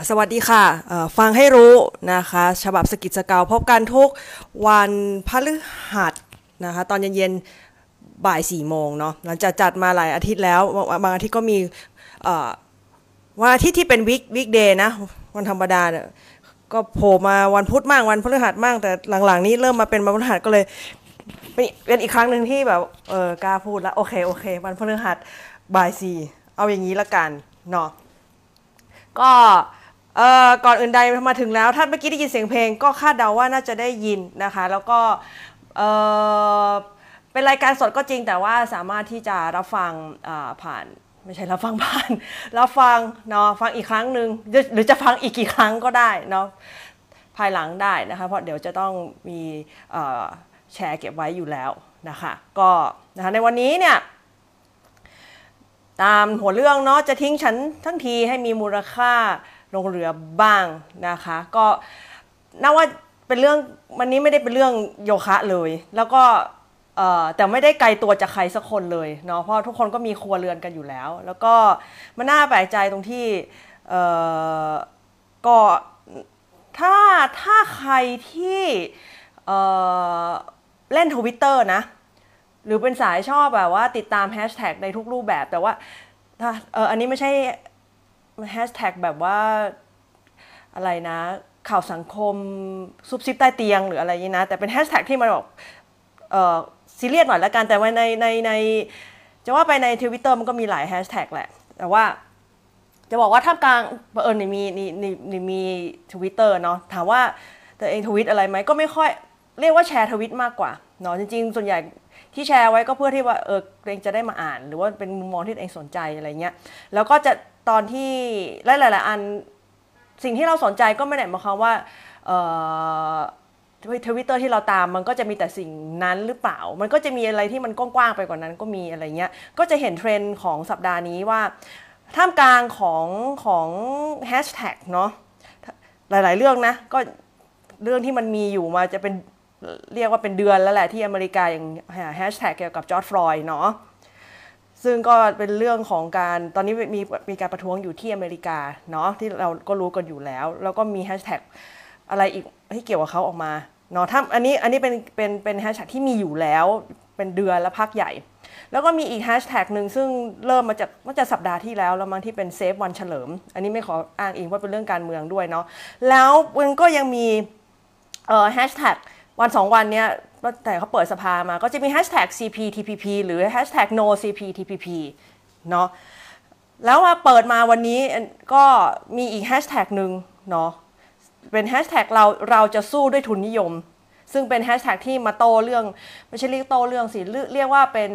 สวัสดีค่ะฟังให้รู้นะคะฉบับสกิจสกาวพบกันทุกวันพฤหัสนะคะตอนเย็นๆบ่าย 4 โมงเนาะหลังจากจัดมาหลายอาทิตย์แล้วบางอาทิตย์ก็มีวันอาทิตย์ที่เป็นวิกเดย์นะวันธรรมดาเนี่ยก็โผล่มาวันพุธมั่งวันพฤหัสมั่งแต่หลังๆนี้เริ่มมาเป็นวันพฤหัสก็เลยเป็นอีกครั้งหนึ่งที่แบบกล้าพูดแล้วโอเควันพฤหัสบ่าย 4เอาอย่างนี้ละกันเนาะก็ก่อนอื่นใดมาถึงแล้วถ้าเมื่อกี้ได้ยินเสียงเพลงก็คาดเดาว่าน่าจะได้ยินนะคะแล้วก็เออเป็นรายการสดก็จริงแต่ว่าสามารถที่จะรับฟังผ่านไม่ใช่รับฟังผ่านรับฟังเนาะฟังอีกครั้งหนึ่งหรือจะฟังอีกกี่ครั้งก็ได้เนาะภายหลังได้นะคะเพราะเดี๋ยวจะต้องมีแชร์เก็บไว้อยู่แล้วนะคะก็นะคะในวันนี้เนี่ยตามหัวเรื่องเนาะจะทิ้งฉันทั้งทีให้มีมูลค่าลงเรือบ้างนะคะก็น่าว่าเป็นเรื่องวันนี้ไม่ได้เป็นเรื่องโยคะเลยแล้วก็แต่ไม่ได้ไกลตัวจากใครสักคนเลยเนาะเพราะทุกคนก็มีครัวเรือนกันอยู่แล้วแล้วก็มันน่าแปลกใจตรงที่ก็ถ้าใครที่เล่น Twitter นะหรือเป็นสายชอบแบบว่าติดตามแฮชแท็กในทุกรูปแบบแต่ว่าถ้าอันนี้ไม่ใช่แฮชแท็กแบบว่าอะไรนะข่าวสังคมซุบซิบใต้เตียงหรืออะไรอย่างนี้นะแต่เป็นแฮชแท็กที่มันบอกซีเรียสหน่อยละกันแต่ว่าในจะว่าไปใน Twitter มันก็มีหลายแฮชแท็กแหละแต่ว่าจะบอกว่าท่ามกลางมี Twitter เนาะถามว่าตัวเองทวิตอะไรไหมก็ไม่ค่อยเรียกว่าแชร์ทวิตมากกว่าเนาะจริงๆส่วนใหญ่ที่แชร์ไว้ก็เพื่อที่ว่าตัวเองจะได้มาอ่านหรือว่าเป็นมุมมองที่ตัวเองสนใจอะไรเงี้ยแล้วก็จะตอนที่หลายๆอันสิ่งที่เราสนใจก็ไม่ได้หมายความว่าทวิตเตอร์ที่เราตามมันก็จะมีแต่สิ่งนั้นหรือเปล่ามันก็จะมีอะไรที่มันกว้างๆไปกว่านั้นก็มีอะไรเงี้ยก็จะเห็นเทรนด์ของสัปดาห์นี้ว่าท่ามกลางของแฮชแท็กเนาะหลายๆเรื่องนะก็เรื่องที่มันมีอยู่มาจะเป็นเรียกว่าเป็นเดือนแล้วแหละที่อเมริกาอย่างแฮชแท็กเกี่ยวกับจอร์จฟลอยด์เนาะซึ่งก็เป็นเรื่องของการตอนนี้มีการประท้วงอยู่ที่อเมริกาเนาะที่เราก็รู้กันอยู่แล้วก็มีแฮชแท็กอะไรอีกที่เกี่ยวกับเขาออกมาเนาะถ้าอันนี้เป็นแฮชแท็กที่มีอยู่แล้วเป็นเดือนและพักใหญ่แล้วก็มีอีกแฮชแท็กหนึ่งซึ่งเริ่มมาจากสัปดาห์ที่แล้วมั้งที่เป็นเซฟวันเฉลิมอันนี้ไม่ขออ้างอิงว่าเป็นเรื่องการเมืองด้วยเนาะแล้วมันก็ยังมีแฮชแท็กวัน2วันเนี้ยแต่เขาเปิดสภามาก็จะมีแฮชแท็ก CPTPP หรือแฮชแท็ก No CPTPP เนาะแล้วมาเปิดมาวันนี้ก็มีอีกแฮชแท็กหนึ่งเนาะเป็นแฮชแท็กเราจะสู้ด้วยทุนนิยมซึ่งเป็นแฮชแท็กที่มาโต้เรื่องไม่ใช่เรียกโต้เรื่องสิเรียกว่าเป็น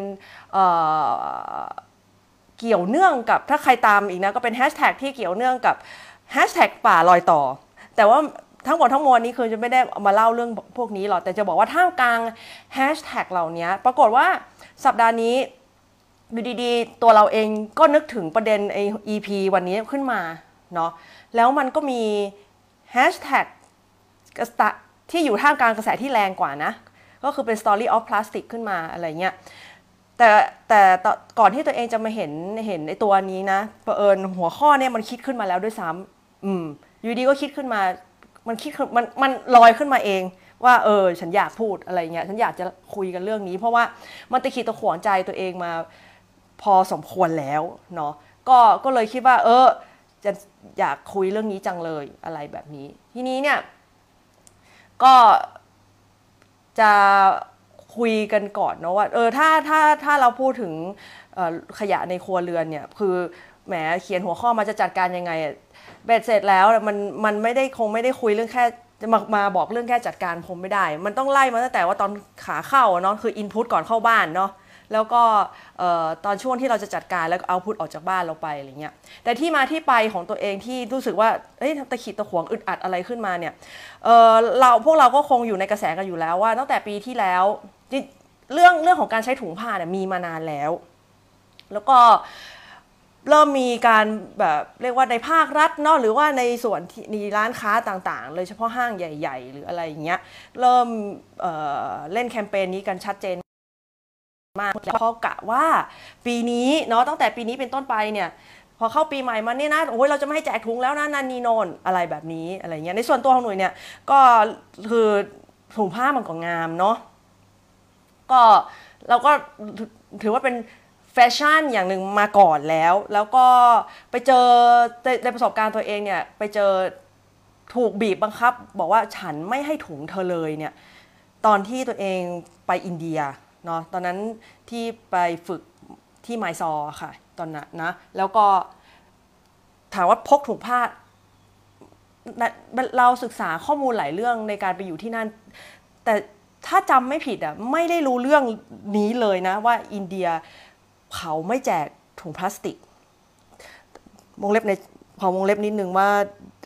เกี่ยวเนื่องกับถ้าใครตามอีกนะก็เป็นแฮชแท็กที่เกี่ยวเนื่องกับแฮชแท็กป่าลอยต่อแต่ว่าทั้งหมดทั้งมวลนี้คือจะไม่ได้มาเล่าเรื่องพวกนี้หรอกแต่จะบอกว่าท่ามกลางแฮชแท็กเหล่านี้ปรากฏว่าสัปดาห์นี้ดูดีๆตัวเราเองก็นึกถึงประเด็นไอ้ EP วันนี้ขึ้นมาเนาะแล้วมันก็มีแฮชแท็กที่อยู่ท่ามกลางกระแสที่แรงกว่านะก็คือเป็น Story of Plastic ขึ้นมาอะไรเงี้ยแต่ก่อนที่ตัวเองจะมาเห็นไอ้ตัวนี้นะเผอิญหัวข้อเนี่ยมันคิดขึ้นมาแล้วด้วยซ้ำอยู่ดีก็คิดขึ้นมามันลอยขึ้นมาเองว่าฉันอยากพูดอะไรเงี้ยฉันอยากจะคุยกันเรื่องนี้เพราะว่ามันตะขิดตะขวงใจตัวเองมาพอสมควรแล้วเนาะก็เลยคิดว่าจะอยากคุยเรื่องนี้จังเลยอะไรแบบนี้ทีนี้เนี่ยก็จะคุยกันก่อนเนาะว่าถ้าเราพูดถึงขยะในครัวเรือนเนี่ยคือแหมเขียนหัวข้อมาจะจัดการยังไงเบ็ดเสร็จแล้วมันคงไม่ได้คุยเรื่องแค่จะมาบอกเรื่องแค่จัดการผมไม่ได้มันต้องไล่มาตั้งแต่ว่าตอนขาเข้าเนาะคืออินพุตก่อนเข้าบ้านเนาะแล้วก็ตอนช่วงที่เราจะจัดการแล้วเอาพุตออกจากบ้านเราไปอะไรเงี้ยแต่ที่มาที่ไปของตัวเองที่รู้สึกว่าตะขิดตะขวงอึดอัดอะไรขึ้นมาเนี่ยพวกเราก็คงอยู่ในกระแสกันอยู่แล้วว่าตั้งแต่ปีที่แล้วเรื่องของการใช้ถุงผ้าเนี่ยมีมานานแล้วก็เริ่มมีการแบบเรียกว่าในภาครัฐเนาะหรือว่าในส่วนที่ร้านค้าต่างๆเลยเฉพาะห้างใหญ่ๆหรืออะไรอย่างเงี้ยเริ่มเล่นแคมเปญนี้กันชัดเจนมากแล้วเขากะว่าปีนี้เนาะตั้งแต่ปีนี้เป็นต้นไปเนี่ยพอเข้าปีใหม่มาเนี่ยนะโอ้ยเราจะไม่ให้แจกถุงแล้วนะนันนีโนนอะไรแบบนี้อะไรเงี้ยในส่วนตัวของหนุ่ยเนี่ยก็คือถุงผ้ามันก็งามเนาะก็เราก็ถือว่าเป็นแฟชั่นอย่างหนึ่งมาก่อนแล้วก็ไปเจอในประสบการณ์ตัวเองเนี่ยไปเจอถูกบีบบังคับบอกว่าฉันไม่ให้ถุงเธอเลยเนี่ยตอนที่ตัวเองไปอินเดียเนาะตอนนั้นที่ไปฝึกที่ไมซอร์ค่ะตอนนั้นนะแล้วก็ถามว่าพกถุงผ้าเราศึกษาข้อมูลหลายเรื่องในการไปอยู่ที่นั่นแต่ถ้าจำไม่ผิดอ่ะไม่ได้รู้เรื่องนี้เลยนะว่าอินเดียเขาไม่แจกถุงพลาสติกวงเล็บในขอวงเล็บนิดนึงว่า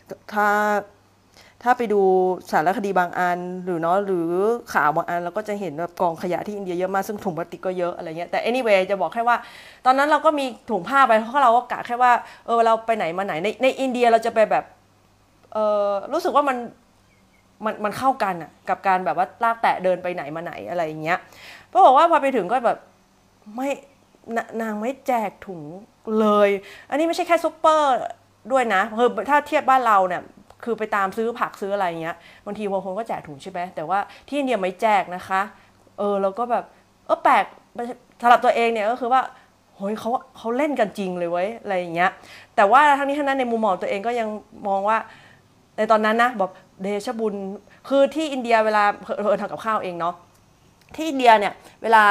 ถ้าไปดูสารคดีบางอันหรือข่าวบางอันเราก็จะเห็นแบบกองขยะที่อินเดียเยอะมากซึ่งถุงพลาสติกก็เยอะอะไรเงี้ยแต่ anyway จะบอกแค่ว่าตอนนั้นเราก็มีถุงผ้าไปเพราะเราก็กะแค่ว่าเราไปไหนมาไหนในอินเดียเราจะไปแบบรู้สึกว่ามันเข้ากันอ่ะกับการแบบว่าลากแตะเดินไปไหนมาไหนอะไรอย่างเงี้ยเพราะบอกว่าพอไปถึงก็แบบไม่นางไม่แจกถุงเลยอันนี้ไม่ใช่แค่ซุปเปอร์ด้วยนะคือถ้าเทียบบ้านเราเนี่ยคือไปตามซื้อผักซื้ออะไรเงี้ยบางทีบางคนก็แจกถุงใช่ไหมแต่ว่าที่อินเดียไม่แจกนะคะแล้วก็แบบแปลกสำหรับตัวเองเนี่ยก็คือว่าโหยเขาเล่นกันจริงเลยเว้ยอะไรอย่างเงี้ยแต่ว่าทั้งนี้ทั้งนั้นในมุมมองตัวเองก็ยังมองว่าในตอนนั้นนะบอกเดชบุญคือที่อินเดียเวลาทำกับข้าวเองเนาะที่อินเดียเนี่ยเวลา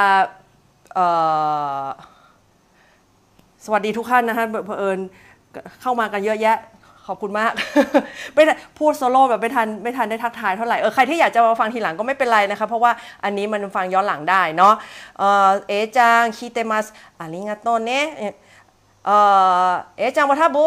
สวัสดีทุกท่านนะคะเผอิญเข้ามากันเยอะแยะขอบคุณมากไม่พูดโซโล่แบบไม่ทันได้ทักทายเท่าไหร่ใครที่อยากจะมาฟังทีหลังก็ไม่เป็นไรนะคะเพราะว่าอันนี้มันฟังย้อนหลังได้เนาะจังคิเตมัสอาริงาโตเนะจังว่าถ้าบุ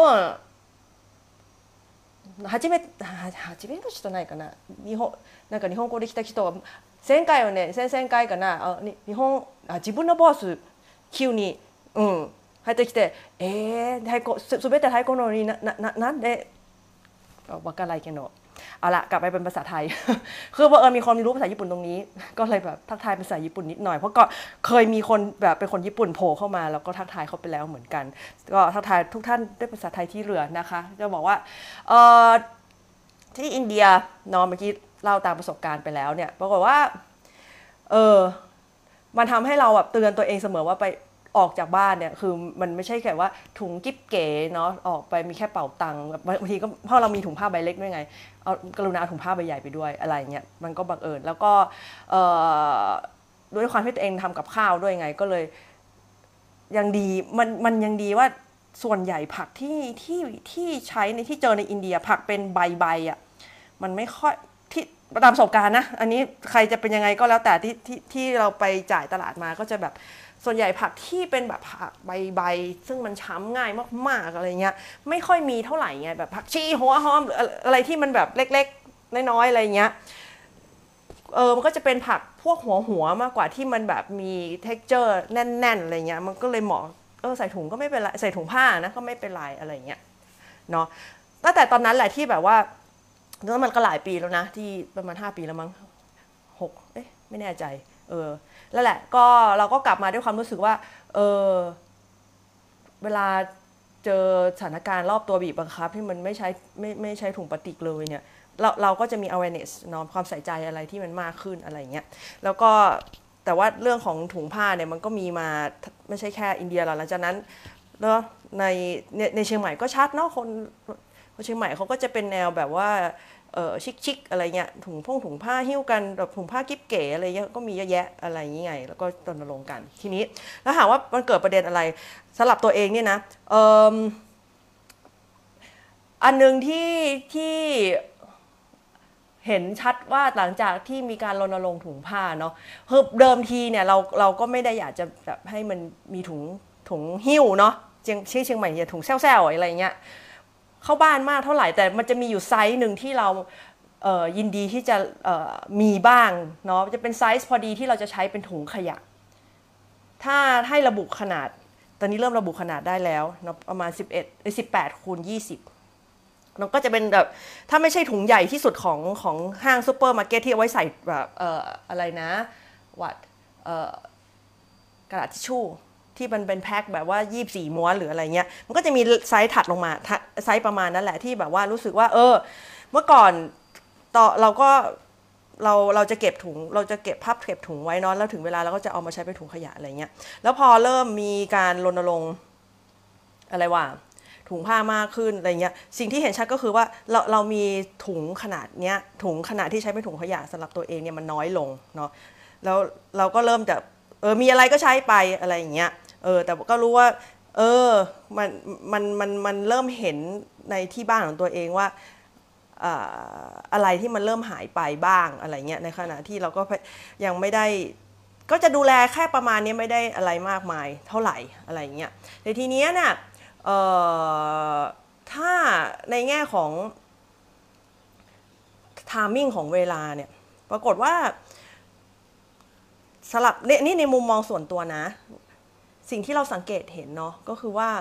初めの人ないかななんか日本語で来た人は前回はね先々回かな自分のボス急に入ってきてすべて太鼓のになんでわからないけどเอาละกลับไปเป็นภาษาไทย คือมีคนรู้ภาษาญี่ปุ่นตรงนี้ก็เลยแบบทักทายเป็นภาษาญี่ปุ่นนิดหน่อยเพราะก็เคยมีคนแบบเป็นคนญี่ปุ่นโผล่เข้ามาแล้วก็ทักทายเขาไปแล้วเหมือนกันก็ทักทายทุกท่านด้วยภาษาไทยที่เหลือนะคะจะบอกว่าที่อินเดียเนาะเมื่อกี้เล่าตามประสบการณ์ไปแล้วเนี่ยปรากฏว่ามันทำให้เราแบบเตือนตัวเองเสมอว่าไปออกจากบ้านเนี่ยคือมันไม่ใช่แค่ว่าถุงกิ๊บเก๋เนาะออกไปมีแค่เป๋าตังค์บางทีก็เพราะเรามีถุงผ้าใบเล็กด้วยไงเอากรุณาถุงผ้าใบใหญ่ไปด้วยอะไรเงี้ยมันก็บังเอิญแล้วก็ด้วยความที่ตัวเองทำกับข้าวด้วยไงก็เลยยังดีมันยังดีว่าส่วนใหญ่ผักที่ใช้ในที่เจอในอินเดียผักเป็นใบอ่ะมันไม่ค่อยที่ตามประสบการณ์นะอันนี้ใครจะเป็นยังไงก็แล้วแต่ที่เราไปจ่ายตลาดมาก็จะแบบส่วนใหญ่ผักที่เป็นแบบผักใบซึ่งมันช้ำง่ายมากๆอะไรเงี้ยไม่ค่อยมีเท่าไหร่ไงแบบผักชีหัวหอมอะไรที่มันแบบเล็กๆน้อยๆอะไรเงี้ยมันก็จะเป็นผักพวกหัวมากกว่าที่มันแบบมี texture แน่นๆอะไรเงี้ยมันก็เลยเหมาะใส่ถุงก็ไม่เป็นไรใส่ถุงผ้านะก็ไม่เป็นไรอะไรเงี้ยเนาะตั้งแต่ตอนนั้นแหละที่แบบว่าแล้วมันก็หลายปีแล้วนะที่ประมาณ5 ปีแล้วมั้ง6ไม่แน่ใจแล้วแหละก็เราก็กลับมาด้วยความรู้สึกว่าเวลาเจอสถานการณ์รอบตัวบีบบังคับที่มันไม่ใช้ถุงพลาสติกเลยเนี่ยเราก็จะมี awareness เนาะความใส่ใจอะไรที่มันมากขึ้นอะไรเงี้ยแล้วก็แต่ว่าเรื่องของถุงผ้าเนี่ยมันก็มีมาไม่ใช่แค่อินเดียหรอกหลังจากนั้นแล้วในเชียงใหม่ก็ชัดเนาะคนเชียงใหม่เขาก็จะเป็นแนวแบบว่าชิคอะไรเงี้ยถุงผ้าหิ้วกันแบบถุงผ้ากิ๊บเก๋อะไรเงี้ยก็มีเยอะแยะอะไรอย่างเงี้ยแล้วก็รณรงค์กันทีนี้แล้วถามว่ามันเกิดประเด็นอะไรสำหรับตัวเองเนี่ยนะอันนึงที่เห็นชัดว่าหลังจากที่มีการรณรงค์ถุงผ้าเนาะคือเดิมทีเนี่ยเราก็ไม่ได้อยากจะแบบให้มันมีถุงหิ้วเนาะเชียงใหม่เนี่ยถุงแซ่วๆอะไรเงี้ยเข้าบ้านมากเท่าไหร่แต่มันจะมีอยู่ไซส์หนึ่งที่เรายินดีที่จะมีบ้างเนาะจะเป็นไซส์พอดีที่เราจะใช้เป็นถุงขยะถ้าให้ระบุขนาดตอนนี้เริ่มระบุขนาดได้แล้วเนาะประมาณ18 คูณ 20มันก็จะเป็นแบบถ้าไม่ใช่ถุงใหญ่ที่สุดของห้างซูเปอร์มาร์เก็ตที่เอาไว้ใส่แบบอะไรนะกระดาษทิชชู่ที่มันเป็นแพ็คแบบว่า24ม้วนหรืออะไรเงี้ยมันก็จะมีไซส์ถัดลงมาไซส์ประมาณนั้นแหละที่แบบว่ารู้สึกว่าเมื่อก่อนต่อเราจะเก็บถุงเราจะเก็บพับเก็บถุงไว้เนาะแล้วถึงเวลาเราก็จะเอามาใช้เป็นถุงขยะอะไรเงี้ยแล้วพอเริ่มมีการรณรงค์อะไรว่าถุงผ้ามากขึ้นอะไรเงี้ยสิ่งที่เห็นชัดก็คือว่าเรามีถุงขนาดเนี้ยถุงขนาดที่ใช้เป็นถุงขยะสำหรับตัวเองเนี่ยมันน้อยลงเนาะแล้วเราก็เริ่มจะมีอะไรก็ใช้ไปอะไรอย่างเงี้ยแต่ก็รู้ว่ามันเริ่มเห็นในที่บ้านของตัวเองว่าอะไรที่มันเริ่มหายไปบ้างอะไรเงี้ยในขณะที่เราก็ยังไม่ได้ก็จะดูแลแค่ประมาณนี้ไม่ได้อะไรมากมายเท่าไหร่อะไรเงี้ยแต่ทีนี้เนี่ยถ้าในแง่ของ timing ของเวลาเนี่ยปรากฏว่าสลับนี่ในมุมมองส่วนตัวนะสิ่งที่เราสังเกตเห็นเนาะก็คือว่า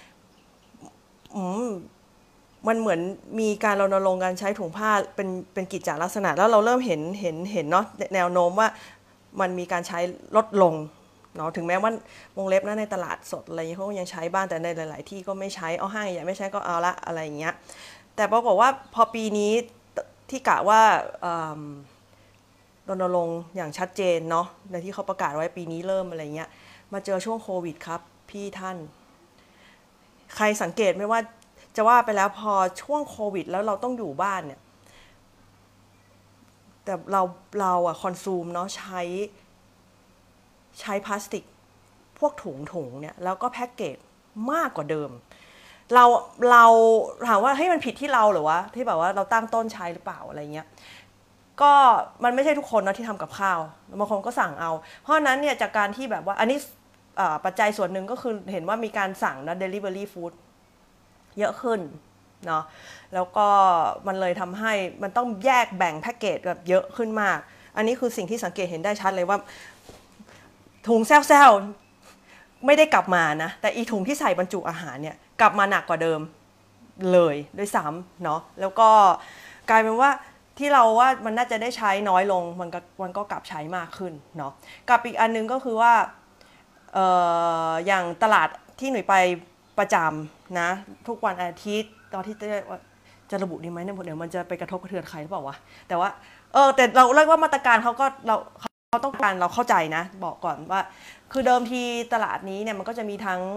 มันเหมือนมีการรณรงค์การใช้ถุงผ้าเป็นกิจจลักษณะแล้วเราเริ่มเห็นเนาะแนวโน้มว่ามันมีการใช้ลดลงเนาะถึงแม้ว่าวงเล็บนะในตลาดสดอะไรเขายังใช้บ้างแต่ในหลายๆที่ก็ไม่ใช้เอาห้างใหญ่ไม่ใช้ก็เอาละอะไรอย่างเงี้ยแต่ปรากฏว่าพอปีนี้ที่กะว่ารณรงค์อย่างชัดเจนเนาะในที่เขาประกาศไว้ปีนี้เริ่มอะไรเงี้ยมาเจอช่วงโควิดครับพี่ท่านใครสังเกตไหมว่าจะว่าไปแล้วพอช่วงโควิดแล้วเราต้องอยู่บ้านเนี่ยแต่เราอะคอนซูมเนาะใช้พลาสติกพวกถุงเนี่ยแล้วก็แพ็กเกจมากกว่าเดิมเราถามว่าเฮ้ยมันผิดที่เราหรือวะที่แบบว่าเราตั้งต้นใช้หรือเปล่าอะไรเงี้ยก็มันไม่ใช่ทุกคนนะที่ทำกับข้าวบางคนก็สั่งเอาเพราะนั้นเนี่ยจากการที่แบบว่าอันนี้ปัจจัยส่วนหนึ่งก็คือเห็นว่ามีการสั่งนะ delivery food เยอะขึ้นเนาะแล้วก็มันเลยทำให้มันต้องแยกแบ่งแพ็กเกจแบบเยอะขึ้นมากอันนี้คือสิ่งที่สังเกตเห็นได้ชัดเลยว่าถุงแซวไม่ได้กลับมานะแต่อีถุงที่ใส่บรรจุอาหารเนี่ยกลับมาหนักกว่าเดิมเลยด้วยซ้ำเนาะแล้วก็กลายเป็นว่าที่เราว่ามันน่าจะได้ใช้น้อยลงมันก็กลับใช้มากขึ้นเนาะกับอีกอันนึงก็คือว่าอย่างตลาดที่หนุ่ยไปประจำนะทุกวันอาทิตย์ตอนที่จะระบุดีไหมเนี่ยเดี๋ยวมันจะไปกระทบกระเทือนใครหรือเปล่าวะแต่ว่าแต่เราเรียกว่ามาตรการเขาต้องการเราเข้าใจนะบอกก่อนว่าคือเดิมทีตลาดนี้เนี่ยมันก็จะมีทั้ง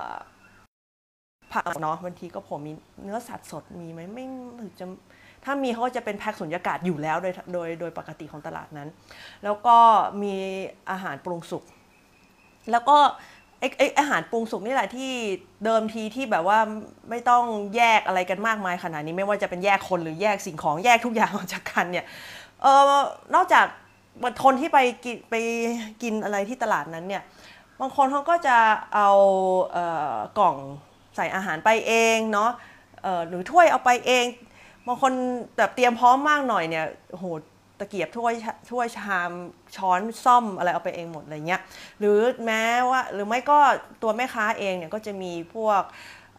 ผักเนาะบางทีก็ผมมีเนื้อสัตว์สดมีไหมไม่ถึงจะถ้ามีเขาก็จะเป็นแพ็คสุญญากาศอยู่แล้วโดยปกติของตลาดนั้นแล้วก็มีอาหารปรุงสุกแล้วก็อาหารปรุงสุกนี่แหละที่เดิมทีที่แบบว่าไม่ต้องแยกอะไรกันมากมายขนาดนี้ไม่ว่าจะเป็นแยกคนหรือแยกสิ่งของแยกทุกอย่างออกจากกันเนี่ยนอกจากคนที่ไปกินอะไรที่ตลาดนั้นเนี่ยบางคนเขาก็จะเอากล่องใส่อาหารไปเองเนาะหรือถ้วยเอาไปเองบางคนแบบเตรียมพร้อมมากหน่อยเนี่ยโหตะเกียบถ้วยชามช้อนซ่อมอะไรเอาไปเองหมดอะไรเงี้ยหรือแม้ว่าหรือไม่ก็ตัวแม่ค้าเองเนี่ยก็จะมีพวก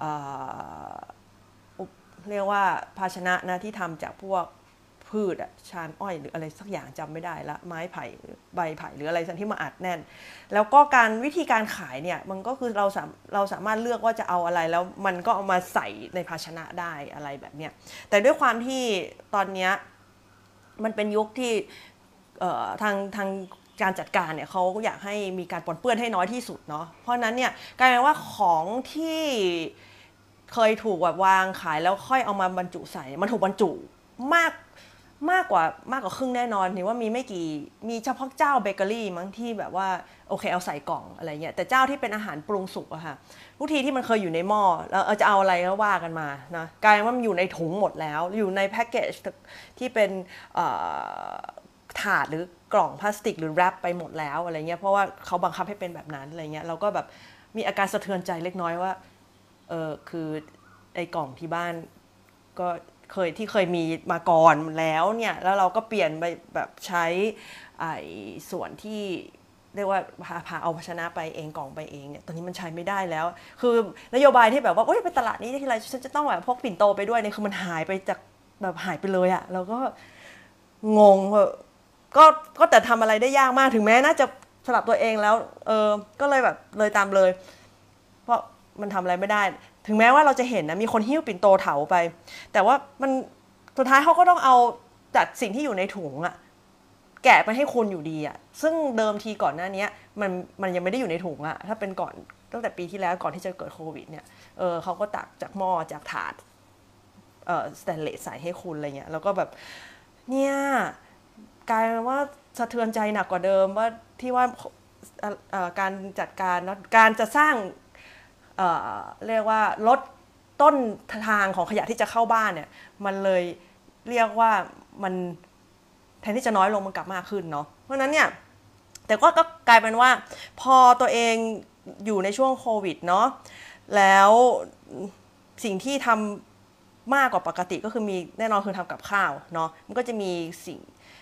เรียกว่าภาชนะนะที่ทำจากพวกพืชชานอ้อยหรืออะไรสักอย่างจำไม่ได้ละไม้ไผ่ใบไผ่หรืออะไรสักที่มาอัดแน่นแล้วก็วิธีการขายเนี่ยมันก็คือเราสามารถเลือกว่าจะเอาอะไรแล้วมันก็เอามาใส่ในภาชนะได้อะไรแบบเนี้ยแต่ด้วยความที่ตอนนี้มันเป็นยุคที่ทางการจัดการเนี่ยเขาอยากให้มีการปนเปื้อนให้น้อยที่สุดเนาะเพราะนั้นเนี่ยกลายเป็นว่าของที่เคยถูกแบบวางขายแล้วค่อยเอามาบรรจุใส่มันถูกบรรจุมากกว่าครึ่งแน่นอนถือว่ามีเฉพาะเจ้าเบเกอรี่มั้งที่แบบว่าโอเคเอาใส่กล่องอะไรเงี้ยแต่เจ้าที่เป็นอาหารปรุงสุกอะค่ะทุกทีที่มันเคยอยู่ในหม้อแล้วจะเอาอะไรก็ว่ากันมานะกลายว่ามันอยู่ในถุงหมดแล้วอยู่ในแพ็กเกจที่เป็นถาดหรือกล่องพลาสติกหรือแรปไปหมดแล้วอะไรเงี้ยเพราะว่าเขาบังคับให้เป็นแบบนั้นอะไรเงี้ยเราก็แบบมีอาการสะเทือนใจเล็กน้อยว่าคือไอ้กล่องที่บ้านก็เคยมีมาก่อนแล้วเนี่ยแล้วเราก็เปลี่ยนไปแบบใช้ไอ้ส่วนที่เรียกว่าพาเอาภาชนะไปเองกล่องไปเองเนี่ยตอนนี้มันใช้ไม่ได้แล้วคือนโยบายที่แบบว่าโอ๊ยไปตลาดนี้ที่ไรฉันจะต้องแบบพกปิ่นโตไปด้วยเนี่ยคือมันหายไปจากแบบหายไปเลยอะเราก็งงก็แต่ทำอะไรได้ยากมากถึงแม้น่าจะสำหรับตัวเองแล้วก็เลยแบบเลยตามเลยเพราะมันทำอะไรไม่ได้ถึงแม้ว่าเราจะเห็นนะมีคนหิ้วปิ่นโตเถาไปแต่ว่ามันสุดท้ายเขาก็ต้องเอาจากสิ่งที่อยู่ในถุงอะแกะไปให้คุณอยู่ดีอะซึ่งเดิมทีก่อนหน้านี้มันยังไม่ได้อยู่ในถุงอะถ้าเป็นก่อนตั้งแต่ปีที่แล้วก่อนที่จะเกิดโควิดเนี่ยเขาก็ตักจากหม้อจากถาดสแตนเลสใส่ให้คุณอะไรเงี้ยแล้วก็แบบเนี่ยกลายเป็นว่าสะเทือนใจหนักกว่าเดิมว่าที่ว่าการจัดการการจะสร้างเรียกว่าลดต้นทางของขยะที่จะเข้าบ้านเนี่ยมันเลยเรียกว่ามันแทนที่จะน้อยลงมันกลับมากขึ้นเนาะเพราะนั้นเนี่ยแต่ก็กลายเป็นว่าพอตัวเองอยู่ในช่วงโควิดเนาะแล้วสิ่งที่ทำมากกว่าปกติก็คือมีแน่นอนคือทำกับข้าวเนาะมันก็จะมีสิ่ง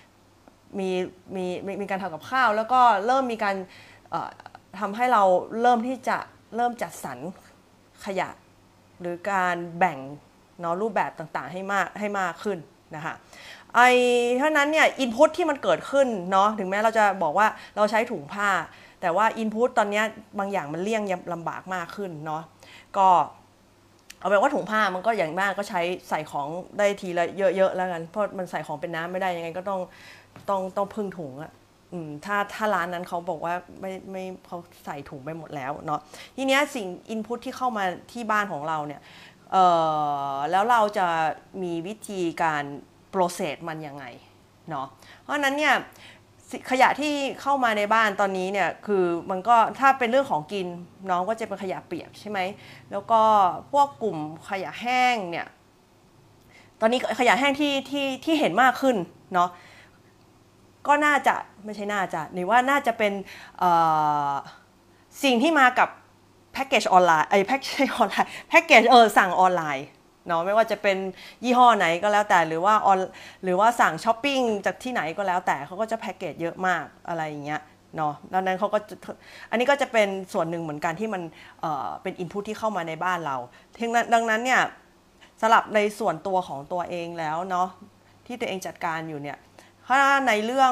มีการทำกับข้าวแล้วก็เริ่มมีการทำให้เราเริ่มจัดสรรขยะหรือการแบ่งเนาะรูปแบบต่างๆให้มากขึ้นนะคะเท่านั้นเนี่ยอินพุตที่มันเกิดขึ้นเนาะถึงแม้เราจะบอกว่าเราใช้ถุงผ้าแต่ว่าอินพุตตอนนี้บางอย่างมันเลี่ยงลำบากมากขึ้นเนาะก็เอาเป็นว่าถุงผ้ามันก็อย่างมากก็ใช้ใส่ของได้ทีละเยอะๆแล้วกันเพราะมันใส่ของเป็นน้ำไม่ได้ยังไงก็ต้องพึ่งถุงอะถ้าร้านนั้นเขาบอกว่าไม่เขาใส่ถุงไปหมดแล้วเนาะทีนี้สิ่งอินพุตที่เข้ามาที่บ้านของเราเนี่ยแล้วเราจะมีวิธีการโปรเซสมันยังไงเนาะเพราะนั้นเนี่ยขยะที่เข้ามาในบ้านตอนนี้เนี่ยคือมันก็ถ้าเป็นเรื่องของกินน้องก็จะเป็นขยะเปียกใช่ไหมแล้วก็พวกกลุ่มขยะแห้งเนี่ยตอนนี้ขยะแห้งที่เห็นมากขึ้นเนาะก็น่าจะไม่ใช่น่าจะนี่ว่าน่าจะเป็นสิ่งที่มากับแพ็กเกจออนไลน์แพ็กเกจออนไลน์แพ็กเกจสั่งออนไลน์เนาะไม่ว่าจะเป็นยี่ห้อไหนก็แล้วแต่หรือว่าสั่งช้อปปิ้งจากที่ไหนก็แล้วแต่เขาก็จะแพ็กเกจเยอะมากอะไรอย่างเงี้ยเนาะดังนั้นเขาก็อันนี้ก็จะเป็นส่วนหนึ่งเหมือนกันที่มันเป็นอินพุตที่เข้ามาในบ้านเราดังนั้นเนี่ยสำหรับในส่วนตัวของตัวเองแล้วเนาะที่ตัวเองจัดการอยู่เนี่ยถ้าในเรื่อง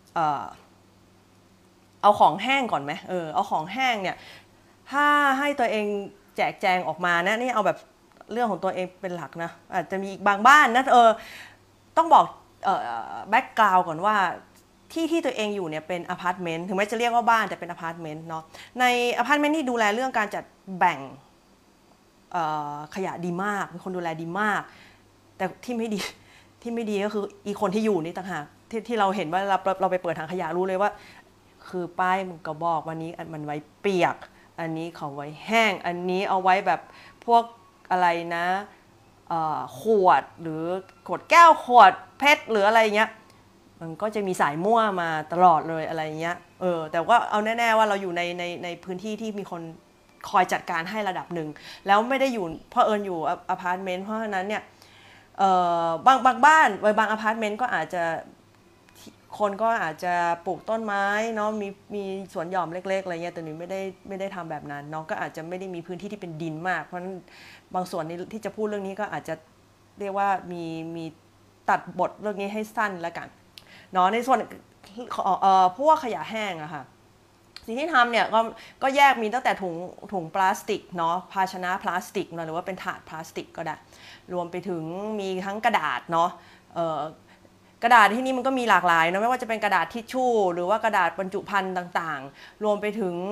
เอาของแห้งก่อนไหมเอาของแห้งเนี่ยถ้าให้ตัวเองแจกแจงออกมานะนี่เอาแบบเรื่องของตัวเองเป็นหลักนะอาจจะมีบางบ้านนะต้องบอกแบ็กกราวด์ก่อนว่าที่ตัวเองอยู่เนี่ยเป็นอพาร์ตเมนต์ถึงแม้จะเรียกว่าบ้านแต่เป็นอพาร์ตเมนต์เนาะในอพาร์ตเมนต์ที่ดูแลเรื่องการจัดแบ่งขยะดีมากมีคนดูแลดีมากแต่ที่ไม่ดีก็คืออีคนที่อยู่นี่ต่างหากที่เราเห็นว่าเราไปเปิดถังขยะรู้เลยว่าคือป้ายมันก็บอกวันนี้มันไว้เปียกอันนี้เขาไว้แห้งอันนี้เอาไว้แบบพวกอะไรนะขวดหรือขวดแก้วขวดเพชรหรืออะไรเงี้ยมันก็จะมีสายมั่วมาตลอดเลยอะไรเงี้ยแต่ว่าเอาแน่ๆว่าเราอยู่ในพื้นที่ที่มีคนคอยจัดการให้ระดับหนึ่งแล้วไม่ได้อยู่เพราะอยู่อพาร์ตเมนต์เพราะฉะนั้นเนี่ยบางบ้านบางอพาร์ตเมนต์ก็อาจจะคนก็อาจจะปลูกต้นไม้เนาะมีสวนหย่อมเล็กๆอะไรเงี้ยแต่หนูไม่ได้ทำแบบนั้นเนาะก็อาจจะไม่ได้มีพื้นที่ที่เป็นดินมากเพราะฉะนั้นบางส่วนที่จะพูดเรื่องนี้ก็อาจจะเรียกว่ามีตัดบทเรื่องนี้ให้สั้นแล้วกันเนาะในส่วนพวกขยะแห้งอะค่ะสิ่งที่ทำเนี่ยก็แยกมีตั้งแต่ถุงพลาสติกเนาะภาชนะพลาสติกหรือว่าเป็นถาดพลาสติกก็ได้รวมไปถึงมีทั้งกระดาษเนาะกระดาษที่นี่มันก็มีหลากหลายนะไม่ว่าจะเป็นกระดาษทิชชู่หรือว่ากระดาษบรรจุภัณฑ์ต่างๆรวมไปถึง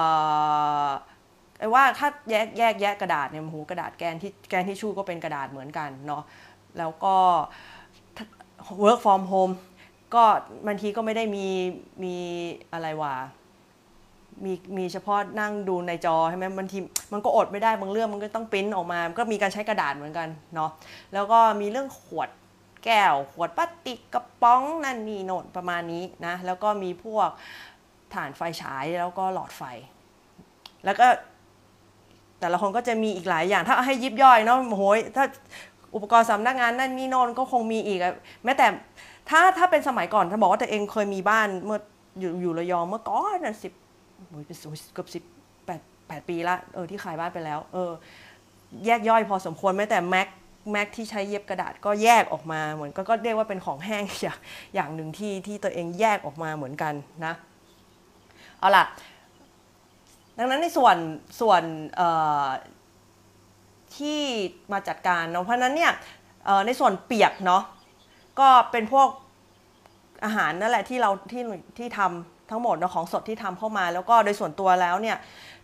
ว่าถ้าแยกกระดาษเนี่ยหูกระดาษแกนทิชชู่ก็เป็นกระดาษเหมือนกันเนาะแล้วก็ work from home ก็บางทีก็ไม่ได้มีอะไรวะมีเฉพาะนั่งดูในจอใช่ไหมบางทีมันก็อดไม่ได้บางเรื่องมันก็ต้องปริ้นออกมาก็มีการใช้กระดาษเหมือนกันเนาะแล้วก็มีเรื่องขวดแก้วขวดพลาสติกกระป๋องนั่นนี่โน่นประมาณนี้นะแล้วก็มีพวกถ่านไฟฉายแล้วก็หลอดไฟแล้วก็แต่ละคนก็จะมีอีกหลายอย่างถ้าให้ยิบย่อยเนาะโหยถ้าอุปกรณ์สำนักงานนั่นนี่โน่นก็คงมีอีกแม้แต่ถ้าเป็นสมัยก่อนถ้าบอกว่าตัวเองเคยมีบ้านเมื่ออยู่ระยองเมื่อก่อนนะเกือบ18 ปีละที่ขายบ้านไปแล้วแยกย่อยพอสมควรแม้แต่แม็กที่ใช้เย็บกระดาษก็แยกออกมาเหมือนก็เรียกว่าเป็นของแห้งอย่างหนึ่งที่ตัวเองแยกออกมาเหมือนกันนะเอาล่ะดังนั้นในส่วนที่มาจัดการเนาะเพราะนั้นเนี่ยในส่วนเปียกเนาะก็เป็นพวกอาหารนั่นแหละที่เราที่ทำทั้งหมดเนาะของสดที่ทำเข้ามาแล้วก็โดยส่วนตัวแล้วเนี่ย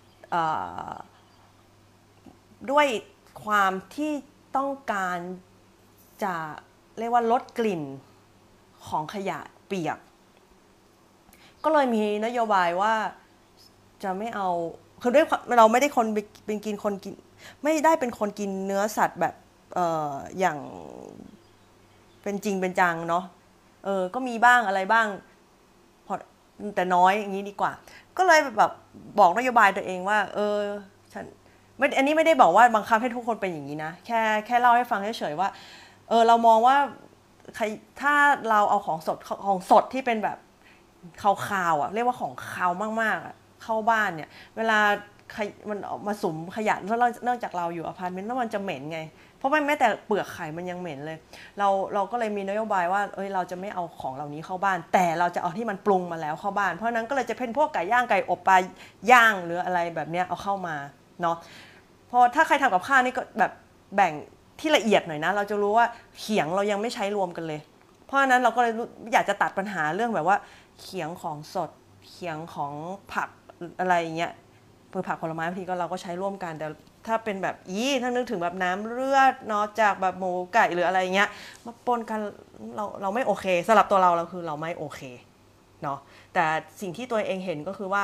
ด้วยความที่ต้องการจะเรียกว่าลดกลิ่นของขยะเปียกก็เลยมีนโยบายว่าจะไม่เอาคือด้วยเราไม่ได้เป็นคนกินไม่ได้เป็นคนกินเนื้อสัตว์แบบอย่างเป็นจริงเป็นจังเนาะก็มีบ้างอะไรบ้างพอแต่น้อยอย่างนี้ดีกว่าก็เลยแบบบอกนโยบายตัวเองว่าฉันไม่อันนี้ไม่ได้บอกว่าบังคับให้ทุกคนเป็นอย่างนี้นะแค่เล่าให้ฟังเฉยๆว่าเรามองว่าถ้าเราเอาของสดที่เป็นแบบคาวๆอ่ะเรียกว่าของคาวมากๆอ่ะเข้าบ้านเนี่ยเวลามันออกมาสุมขยะเนื่องจากเราอยู่อพาร์ตเมนต์แล้วมันจะเหม็นไงเพราะแม้แต่เปลือกไข่มันยังเหม็นเลยเราก็เลยมีนโยบายว่าเราจะไม่เอาของเหล่านี้เข้าบ้านแต่เราจะเอาที่มันปรุงมาแล้วเข้าบ้านเพราะนั้นก็เลยจะเป็นพวกไก่ย่างไก่อบปลาย่างหรืออะไรแบบนี้เอาเข้ามาเนาะพอถ้าใครทำกับข้าวนี่ก็แบบแบ่งที่ละเอียดหน่อยนะเราจะรู้ว่าเขียงเรายังไม่ใช้รวมกันเลยเพราะนั้นเราก็เลยอยากจะตัดปัญหาเรื่องแบบว่าเขียงของสดเขียงของผักอะไรเงี้ยผักผลไม้บางทีก็เราก็ใช้ร่วมกันแต่ถ้าเป็นแบบถ้านึกถึงแบบน้ำเลือดเนาะจากแบบหมูไก่หรืออะไรเงี้ยมาปนกันเราไม่โอเคสำหรับตัวเราคือเราไม่โอเคเนาะแต่สิ่งที่ตัวเองเห็นก็คือว่า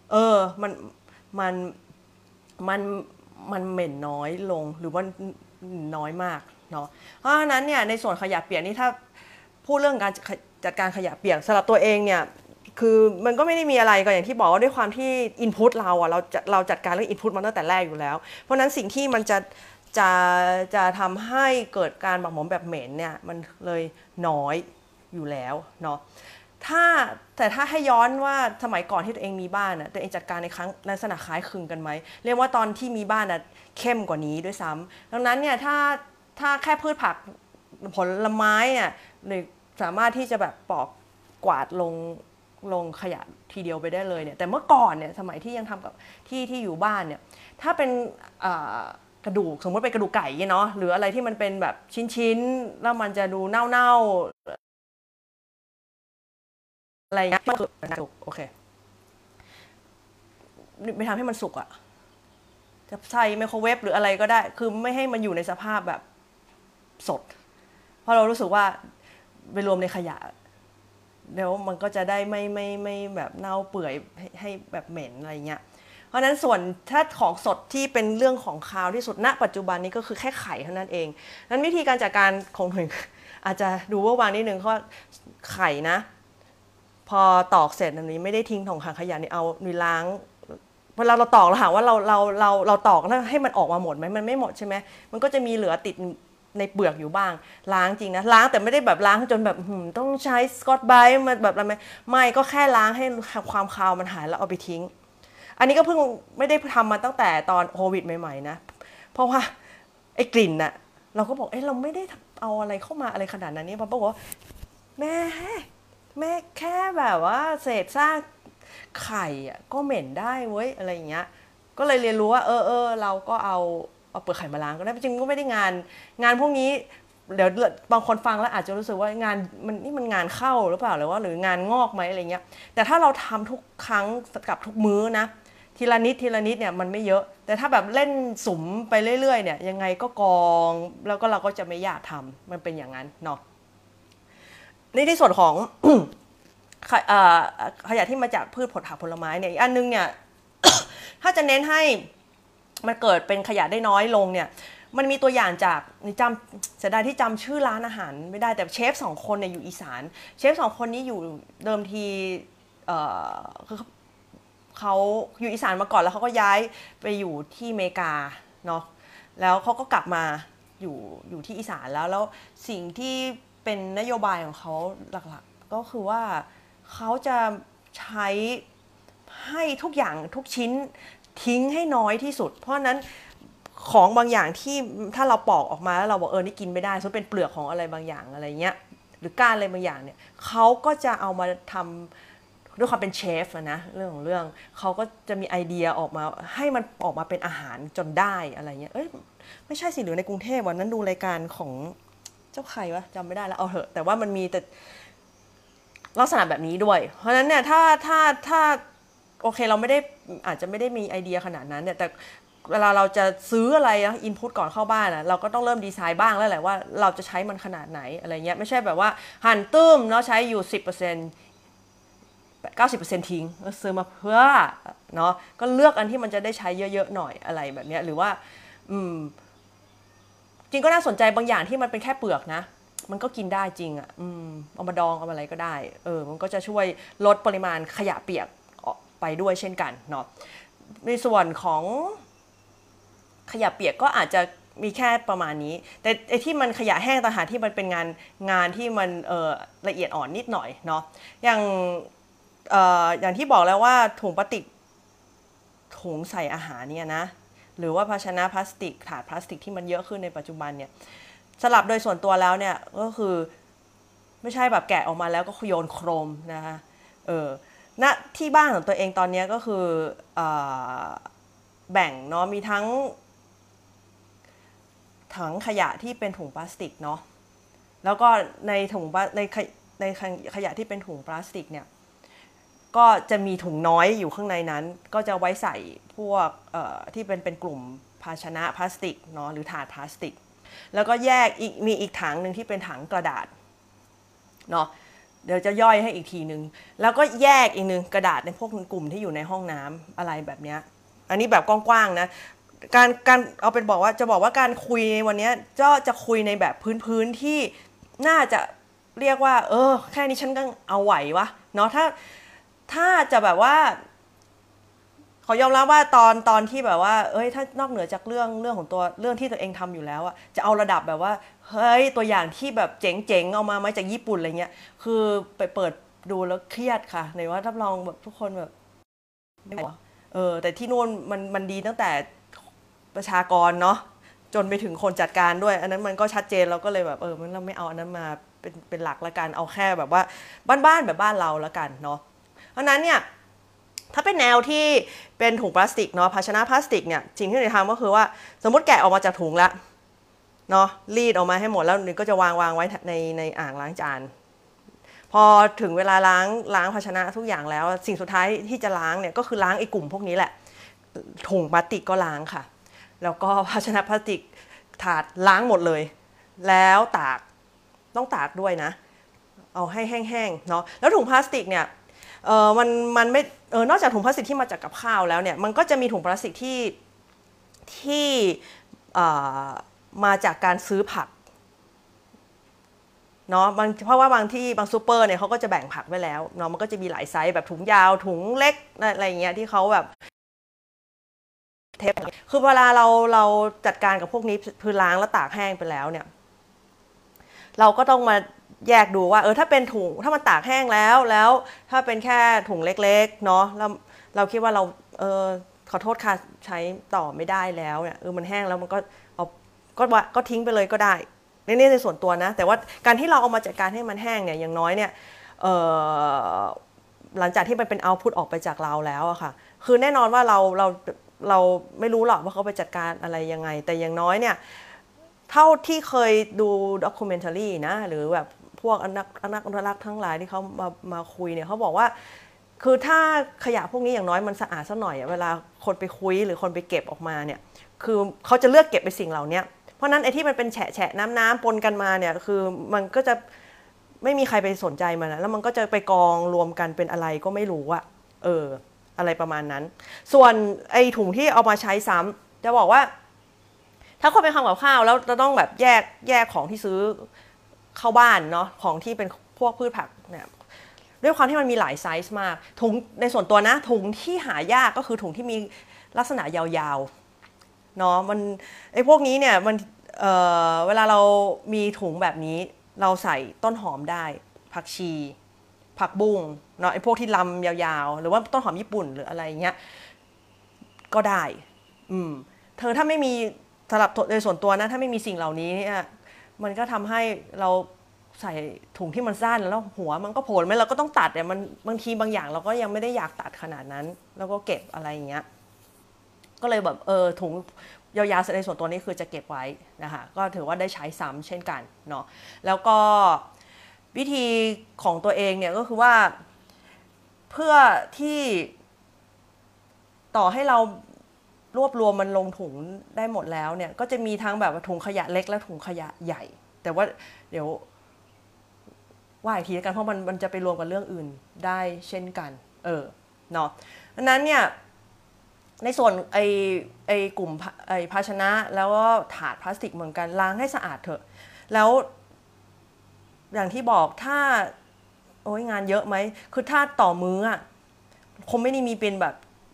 มันเหม็นน้อยลงหรือว่าน้อยมากเนาะเพราะฉะนั้นเนี่ยในส่วนขยะเปียกนี่ถ้าพูดเรื่องการจัดการขยะเปียกสำหรับตัวเองเนี่ยคือมันก็ไม่ได้มีอะไรก็อย่างที่บอกว่าด้วยความที่อินพุตเราจัดการเรื่องอินพุตมาตั้งแต่แรกอยู่แล้วเพราะนั้นสิ่งที่มันจะทำให้เกิดการหมักหมมแบบเหม็นเนี่ยมันเลยน้อยอยู่แล้วเนาะแต่ถ้าให้ย้อนว่าสมัยก่อนที่ตัวเองมีบ้านตัวเองจัดการในครั้งลักษณะคล้ายคลึงกันไหมเรียกว่าตอนที่มีบ้านเข้มกว่านี้ด้วยซ้ำดังนั้นเนี่ยถ้าแค่พืชผักผลไม้เนี่ยเลยสามารถที่จะแบบปอกกวาดลงขยะทีเดียวไปได้เลยเนี่ยแต่เมื่อก่อนเนี่ยสมัยที่ยังทำกับที่อยู่บ้านเนี่ยถ้าเป็นกระดูกสมมติเป็นกระดูกไก่เนาะหรืออะไรที่มันเป็นแบบชิ้นๆแล้วมันจะดูเน่าอะไรเงี้ยมันคือสุกโอเคไม่ทำให้มันสุกอะจะใส่ไมโครเวฟหรืออะไรก็ได้คือไม่ให้มันอยู่ในสภาพแบบสดเพราะเรารู้สึกว่าไปรวมในขยะแล้วมันก็จะได้ไม่แบบเน่าเปื่อยให้แบบเหม็นอะไรเงี้ยเพราะนั้นส่วนถ้าของสดที่เป็นเรื่องของคาวที่สุดณปัจจุบันนี้ก็คือแค่ไข่เท่านั้นเองนั้นวิธีการจัดการของหน่วยอาจจะดูว่าวางนิดนึงเพราะไข่นะพอตอกเสร็จอันนี้ไม่ได้ทิ้งถุงขยะนี่เอานี่ล้างเวลาเราตอกเราหาว่าเราตอกแล้วให้มันออกมาหมดไหมมันไม่หมดใช่ไหมมันก็จะมีเหลือติดในเปลือกอยู่บ้างล้างจริงนะล้างแต่ไม่ได้แบบล้างจนแบบต้องใช้สกอตไบรท์มาแบบอะไรไม่ก็แค่ล้างให้ความคาวมันหายแล้วเอาไปทิ้งอันนี้ก็เพิ่งไม่ได้ทำมาตั้งแต่ตอนโควิดใหม่ๆนะเพราะว่าไอ้กลิ่นน่ะเราก็บอกเราไม่ได้เอาอะไรเข้ามาอะไรขนาดนั้นนี่พอบอกว่าแม่แค่แบบว่าเศษซากไข่ก็เหม็นได้เว้ยอะไรอย่างเงี้ยก็เลยเรียนรู้ว่าเราก็เอาเปลือกไข่มาล้างก็ได้จริงก็ไม่ได้งานพวกนี้เดี๋ยวบางคนฟังแล้วอาจจะรู้สึกว่างานมันงานเข้าหรือเปล่าหรือว่างานงอกไหมอะไรเงี้ยแต่ถ้าเราทำทุกครั้งกับทุกมื้อนะทีละนิดเนี่ยมันไม่เยอะแต่ถ้าแบบเล่นสุมไปเรื่อยๆเนี่ยยังไงก็กองแล้วก็เราก็จะไม่อยากทำมันเป็นอย่างนั้นเนาะนี่ที่ส่วนของ ขยะที่มาจากพืชผักผลไม้เนี่ยอีกอันนึงเนี่ย ถ้าจะเน้นให้มันเกิดเป็นขยะได้น้อยลงเนี่ยมันมีตัวอย่างจากเสียดายที่จำชื่อร้านอาหารไม่ได้แต่เชฟ2 คนเนี่ยอยู่อีสานเชฟ2 คนนี้อยู่เดิมทีคือเขาอยู่อีสานมาก่อนแล้วเขาก็ย้ายไปอยู่ที่อเมริกาเนาะแล้วเขาก็กลับมาอยู่ที่อีสานแล้วสิ่งที่เป็นนโยบายของเขาหลักๆก็คือว่าเขาจะใช้ให้ทุกอย่างทุกชิ้นทิ้งให้น้อยที่สุดเพราะนั้นของบางอย่างที่ถ้าเราปอกออกมาแล้วเราบอกนี่กินไม่ได้เพราะเป็นเปลือกของอะไรบางอย่างอะไรเงี้ยหรือก้านอะไรบางอย่างเนี่ยเขาก็จะเอามาทำด้วยความเป็นเชฟนะเรื่องของเรื่องเขาก็จะมีไอเดียออกมาให้มันออกมาเป็นอาหารจนได้อะไรเงี้ยไม่ใช่สิหรือในกรุงเทพวันนั้นดูรายการของเจ้าใครวะจำไม่ได้แล้วเอาเถอะแต่ว่ามันมีแต่ลักษณะแบบนี้ด้วยเพราะฉะนั้นเนี่ยถ้าโอเคเราไม่ได้อาจจะไม่ได้มีไอเดียขนาดนั้นเนี่ยแต่เวลาเราจะซื้ออะไรนะอินพุตก่อนเข้าบ้านนะเราก็ต้องเริ่มดีไซน์บ้างแล้วแหละว่าเราจะใช้มันขนาดไหนอะไรเงี้ยไม่ใช่แบบว่าหั่นตื้มแล้วใช้อยู่10% 90% ทิ้งซื้อมาเพื่อเนาะก็เลือกอันที่มันจะได้ใช้เยอะๆหน่อยอะไรแบบนี้หรือว่าจริงก็น่าสนใจบางอย่างที่มันเป็นแค่เปลือกนะมันก็กินได้จริงเอามาดองเอาอะไรก็ได้มันก็จะช่วยลดปริมาณขยะเปียกออกไปด้วยเช่นกันเนาะในส่วนของขยะเปียกก็อาจจะมีแค่ประมาณนี้แต่ไอ้ที่มันขยะแห้งต่างหากที่มันเป็นงานที่มันละเอียดอ่อนนิดหน่อยเนาะอย่างที่บอกแล้วว่าถุงพลาสติกถุงใส่อาหารเนี่ยนะหรือว่าภาชนะพลาสติกถาดพลาสติกที่มันเยอะขึ้นในปัจจุบันเนี่ยสลับโดยส่วนตัวแล้วเนี่ยก็คือไม่ใช่แบบแกะออกมาแล้วก็โยนโครมนะคะณที่บ้านของตัวเองตอนนี้ก็คือแบ่งเนาะมีทั้งถังขยะที่เป็นถุงพลาสติกเนาะแล้วก็ในถุงในขยะที่เป็นถุงพลาสติกเนี่ยก็จะมีถุงน้อยอยู่ข้างในนั้นก็จะไว้ใส่พวกที่เป็นกลุ่มภาชนะพลาสติกเนาะหรือถาดพลาสติกแล้วก็แยกมีอีกถังหนึ่งที่เป็นถังกระดาษเนาะเดี๋ยวจะย่อยให้อีกทีนึงแล้วก็แยกอีกนึงกระดาษในพวกกลุ่มที่อยู่ในห้องน้ำอะไรแบบนี้อันนี้แบบกว้างๆนะการเอาเป็นบอกว่าการคุยวันนี้จะคุยในแบบพื้นที่น่าจะเรียกว่าแค่นี้ฉันก็เอาไหววะเนาะถ้าจะแบบว่าขอยอมรับว่าตอนที่แบบว่าถ้านอกเหนือจากเรื่องของตัวเรื่องที่ตัวเองทำอยู่แล้วอะจะเอาระดับแบบว่าเฮ้ยตัวอย่างที่แบบเจ๋งๆเอามาจากญี่ปุ่นอะไรเงี้ยคือไปเปิดดูแล้วเครียดค่ะในว่ารับรองแบบทุกคนแบบไม่ไหวแต่ที่นู่นมันดีตั้งแต่ประชากรเนาะจนไปถึงคนจัดการด้วยอันนั้นมันก็ชัดเจนเราก็เลยแบบมันเราไม่เอาอันนั้นมาเป็นหลักละกันเอาแค่แบบว่าบ้านๆแบบบ้านเราละกันเนาะเพราะนั้นเนี่ยถ้าเป็นแนวที่เป็นถุงพลาสติกเนาะภาชนะพลาสติกเนี่ยสิ่งที่เราทำก็คือว่าสมมติแกะออกมาจากถุงแล้วเนาะรีดออกมาให้หมดแล้วนี่ก็จะวางไว้ในอ่างล้างจานพอถึงเวลาล้างภาชนะทุกอย่างแล้วสิ่งสุดท้ายที่จะล้างเนี่ยก็คือล้างไอ้กลุ่มพวกนี้แหละถุงพลาสติกก็ล้างค่ะแล้วก็ภาชนะพลาสติกถาดล้างหมดเลยแล้วต้องตากด้วยนะเอาให้แห้งๆเนาะแล้วถุงพลาสติกเนี่ยมันไม่นอกจากถุงพลาสติกที่มาจากกับข้าวแล้วเนี่ยมันก็จะมีถุงพลาสติกที่มาจากการซื้อผักเนาะเพราะว่าบางซูเปอร์เนี่ยเขาก็จะแบ่งผักไว้แล้วเนาะมันก็จะมีหลายไซส์แบบถุงยาวถุงเล็กอะไรเงี้ยที่เขาแบบเทปคือเวลาเราจัดการกับพวกนี้คือล้างแล้วตากแห้งไปแล้วเนี่ยเราก็ต้องมาแยกดูว่าถ้าเป็นถุงถ้ามันตากแห้งแล้วถ้าเป็นแค่ถุงเล็กๆเนาะแล้วเราคิดว่าเราขอโทษค่ะใช้ต่อไม่ได้แล้วเนี่ยมันแห้งแล้วมันก็ทิ้งไปเลยก็ได้นี่ในส่วนตัวนะแต่ว่าการที่เราเอามาจัดการให้มันแห้งเนี่ยอย่างน้อยเนี่ยหลังจากที่มันเป็นเอาท์พุตออกไปจากเราแล้วอะค่ะคือแน่นอนว่าเราไม่รู้หรอกว่าเขาไปจัดการอะไรยังไงแต่อย่างน้อยเนี่ยเท่าที่เคยดูด็อกิเมนทารีนะหรือแบบพวกนักอนุรักษ์ทั้งหลายที่เขามาคุยเนี่ยเขาบอกว่าคือถ้าขยะพวกนี้อย่างน้อยมันสะอาดสักหน่อยเวลาคนไปคุยหรือคนไปเก็บออกมาเนี่ยคือเขาจะเลือกเก็บไปสิ่งเหล่านี้เพราะนั้นไอ้ที่มันเป็นแฉะน้ำปนกันมาเนี่ยคือมันก็จะไม่มีใครไปสนใจมันแล้วมันก็จะไปกองรวมกันเป็นอะไรก็ไม่รู้อะอะไรประมาณนั้นส่วนไอ้ถุงที่เอามาใช้ซ้ำจะบอกว่าถ้าคนไปทำกับข้าวแล้วจะต้องแบบแยกของที่ซื้อเข้าบ้านเนาะของที่เป็นพวกพืชผักเนี่ยด้วยความที่มันมีหลายไซส์มากถุงในส่วนตัวนะถุงที่หายากก็คือถุงที่มีลักษณะยาวๆเนาะมันไอ้พวกนี้เนี่ยมันเวลาเรามีถุงแบบนี้เราใส่ต้นหอมได้ผักชีผักบุ้งเนาะไอ้พวกที่ลำยาวๆหรือว่าต้นหอมญี่ปุ่นหรืออะไรเงี้ยก็ได้ถ้าไม่มีสำหรับในส่วนตัวนะถ้าไม่มีสิ่งเหล่านี้เนี่ยมันก็ทำให้เราใส่ถุงที่มันสั้นแล้วหัวมันก็โผล่ไหมเราก็ต้องตัดเนี่ยมันบางทีบางอย่างเราก็ยังไม่ได้อยากตัดขนาดนั้นแล้วก็เก็บอะไรอย่างเงี้ยก็เลยแบบถุงยาวๆในส่วนตัวนี้คือจะเก็บไว้นะคะก็ถือว่าได้ใช้ซ้ำเช่นกันเนาะแล้วก็วิธีของตัวเองเนี่ยก็คือว่าเพื่อที่ต่อให้เรารวบรวมมันลงถุงได้หมดแล้วเนี่ยก็จะมีทั้งแบบถุงขยะเล็กและถุงขยะใหญ่แต่ว่าเดี๋ยวว่าอีกทีกันเพราะมันจะไปรวมกับเรื่องอื่นได้เช่นกันเนาะดังนั้นเนี่ยในส่วนไอกลุ่มไอภาชนะแล้วก็ถาดพลาสติกเหมือนกันล้างให้สะอาดเถอะแล้วอย่างที่บอกถ้าโอ้ยงานเยอะไหมคือถ้าต่อมื้ออ่ะคงไม่ได้มีเป็นแบบ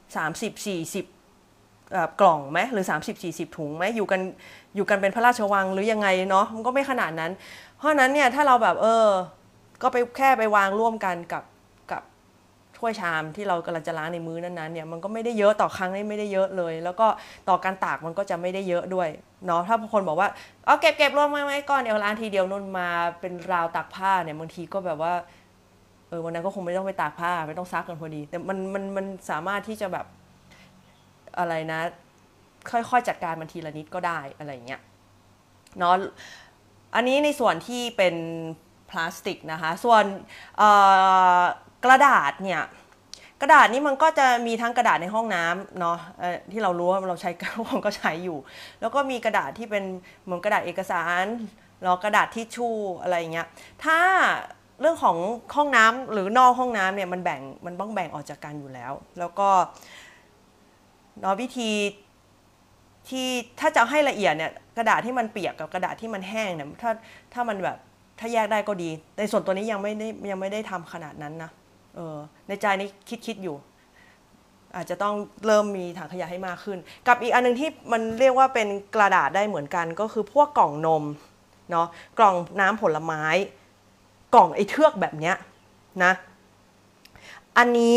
30-40กล่องไหมหรือ30-40ถุงไหมอยู่กันเป็นพระราชวังหรือยังไงเนาะมันก็ไม่ขนาดนั้นเพราะนั้นเนี่ยถ้าเราแบบก็ไปแค่ไปวางร่วมกันกับถ้วยชามที่เรากำลังจะล้างในมื้อนั้นๆเนี่ยมันก็ไม่ได้เยอะต่อครั้งไม่ได้เยอะเลยแล้วก็ต่อการตากมันก็จะไม่ได้เยอะด้วยเนาะถ้าบางคนบอกว่าเก็บรวมไว้ก่อนเดี๋ยวล้างทีเดียวนุ่นมาเป็นราวตากผ้าเนี่ยบางทีก็แบบว่าวันนั้นก็คงไม่ต้องไปตากผ้าไม่ต้องซักกันพอดีแต่มันสามารถที่จะแบบอะไรนะค่อยๆจัดการมันทีละนิดก็ได้อะไรเงี้ยเนาะอันนี้ในส่วนที่เป็นพลาสติกนะคะส่วนกระดาษเนี่ยกระดาษนี่มันก็จะมีทั้งกระดาษในห้องน้ำเนาะที่เรารู้ว่าเราใช้กันก็ใช้อยู่แล้วก็มีกระดาษที่เป็นเหมือนกระดาษเอกสารแล้วกระดาษทิชชู่อะไรอย่างเงี้ยถ้าเรื่องของห้องน้ำหรือนอกห้องน้ำเนี่ยมันต้องแบ่งออกจากกันอยู่แล้วแล้วก็เนาะวิธีที่ถ้าจะให้ละเอียดเนี่ยกระดาษที่มันเปียกกับกระดาษที่มันแห้งเนี่ยถ้ามันแบบถ้าแยกได้ก็ดีในส่วนตัวนี้ยังไม่ได้ทำขนาดนั้นนะในใจนี้คิดอยู่อาจจะต้องเริ่มมีถังขยะให้มากขึ้นกับอีกอันนึงที่มันเรียกว่าเป็นกระดาษได้เหมือนกันก็คือพวกกล่องนมเนาะกล่องน้ำผลไม้กล่องไอ้เทือกแบบเนี้ยนะอันนี้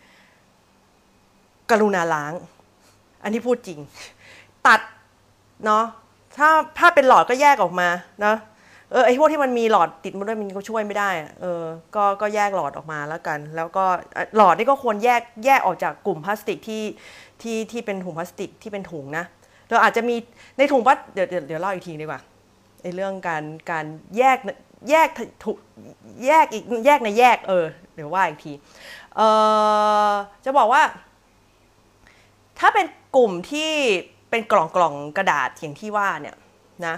กรุณาล้างอันที่พูดจริงตัดเนาะถ้าเป็นหลอดก็แยกออกมาเนาะไอ้พวกที่มันมีหลอดติดมาด้วยมันก็ช่วยไม่ได้ก็แยกหลอดออกมาแล้วกันแล้วก็หลอดนี่ก็ควรแยกออกจากกลุ่มพลาสติกที่เป็นถุงพลาสติกที่เป็นถุงนะเราอาจจะมีในถุงพลาสเดี๋ยวเล่าอีกทีดีกว่าไอ้เรื่องการแยกถุงแยกอีกแยกในแยกเดี๋ยวว่าอีกทีจะบอกว่าถ้าเป็นกลุ่มที่เป็นกล่องกระดาษอย่างที่ว่าเนี่ยนะ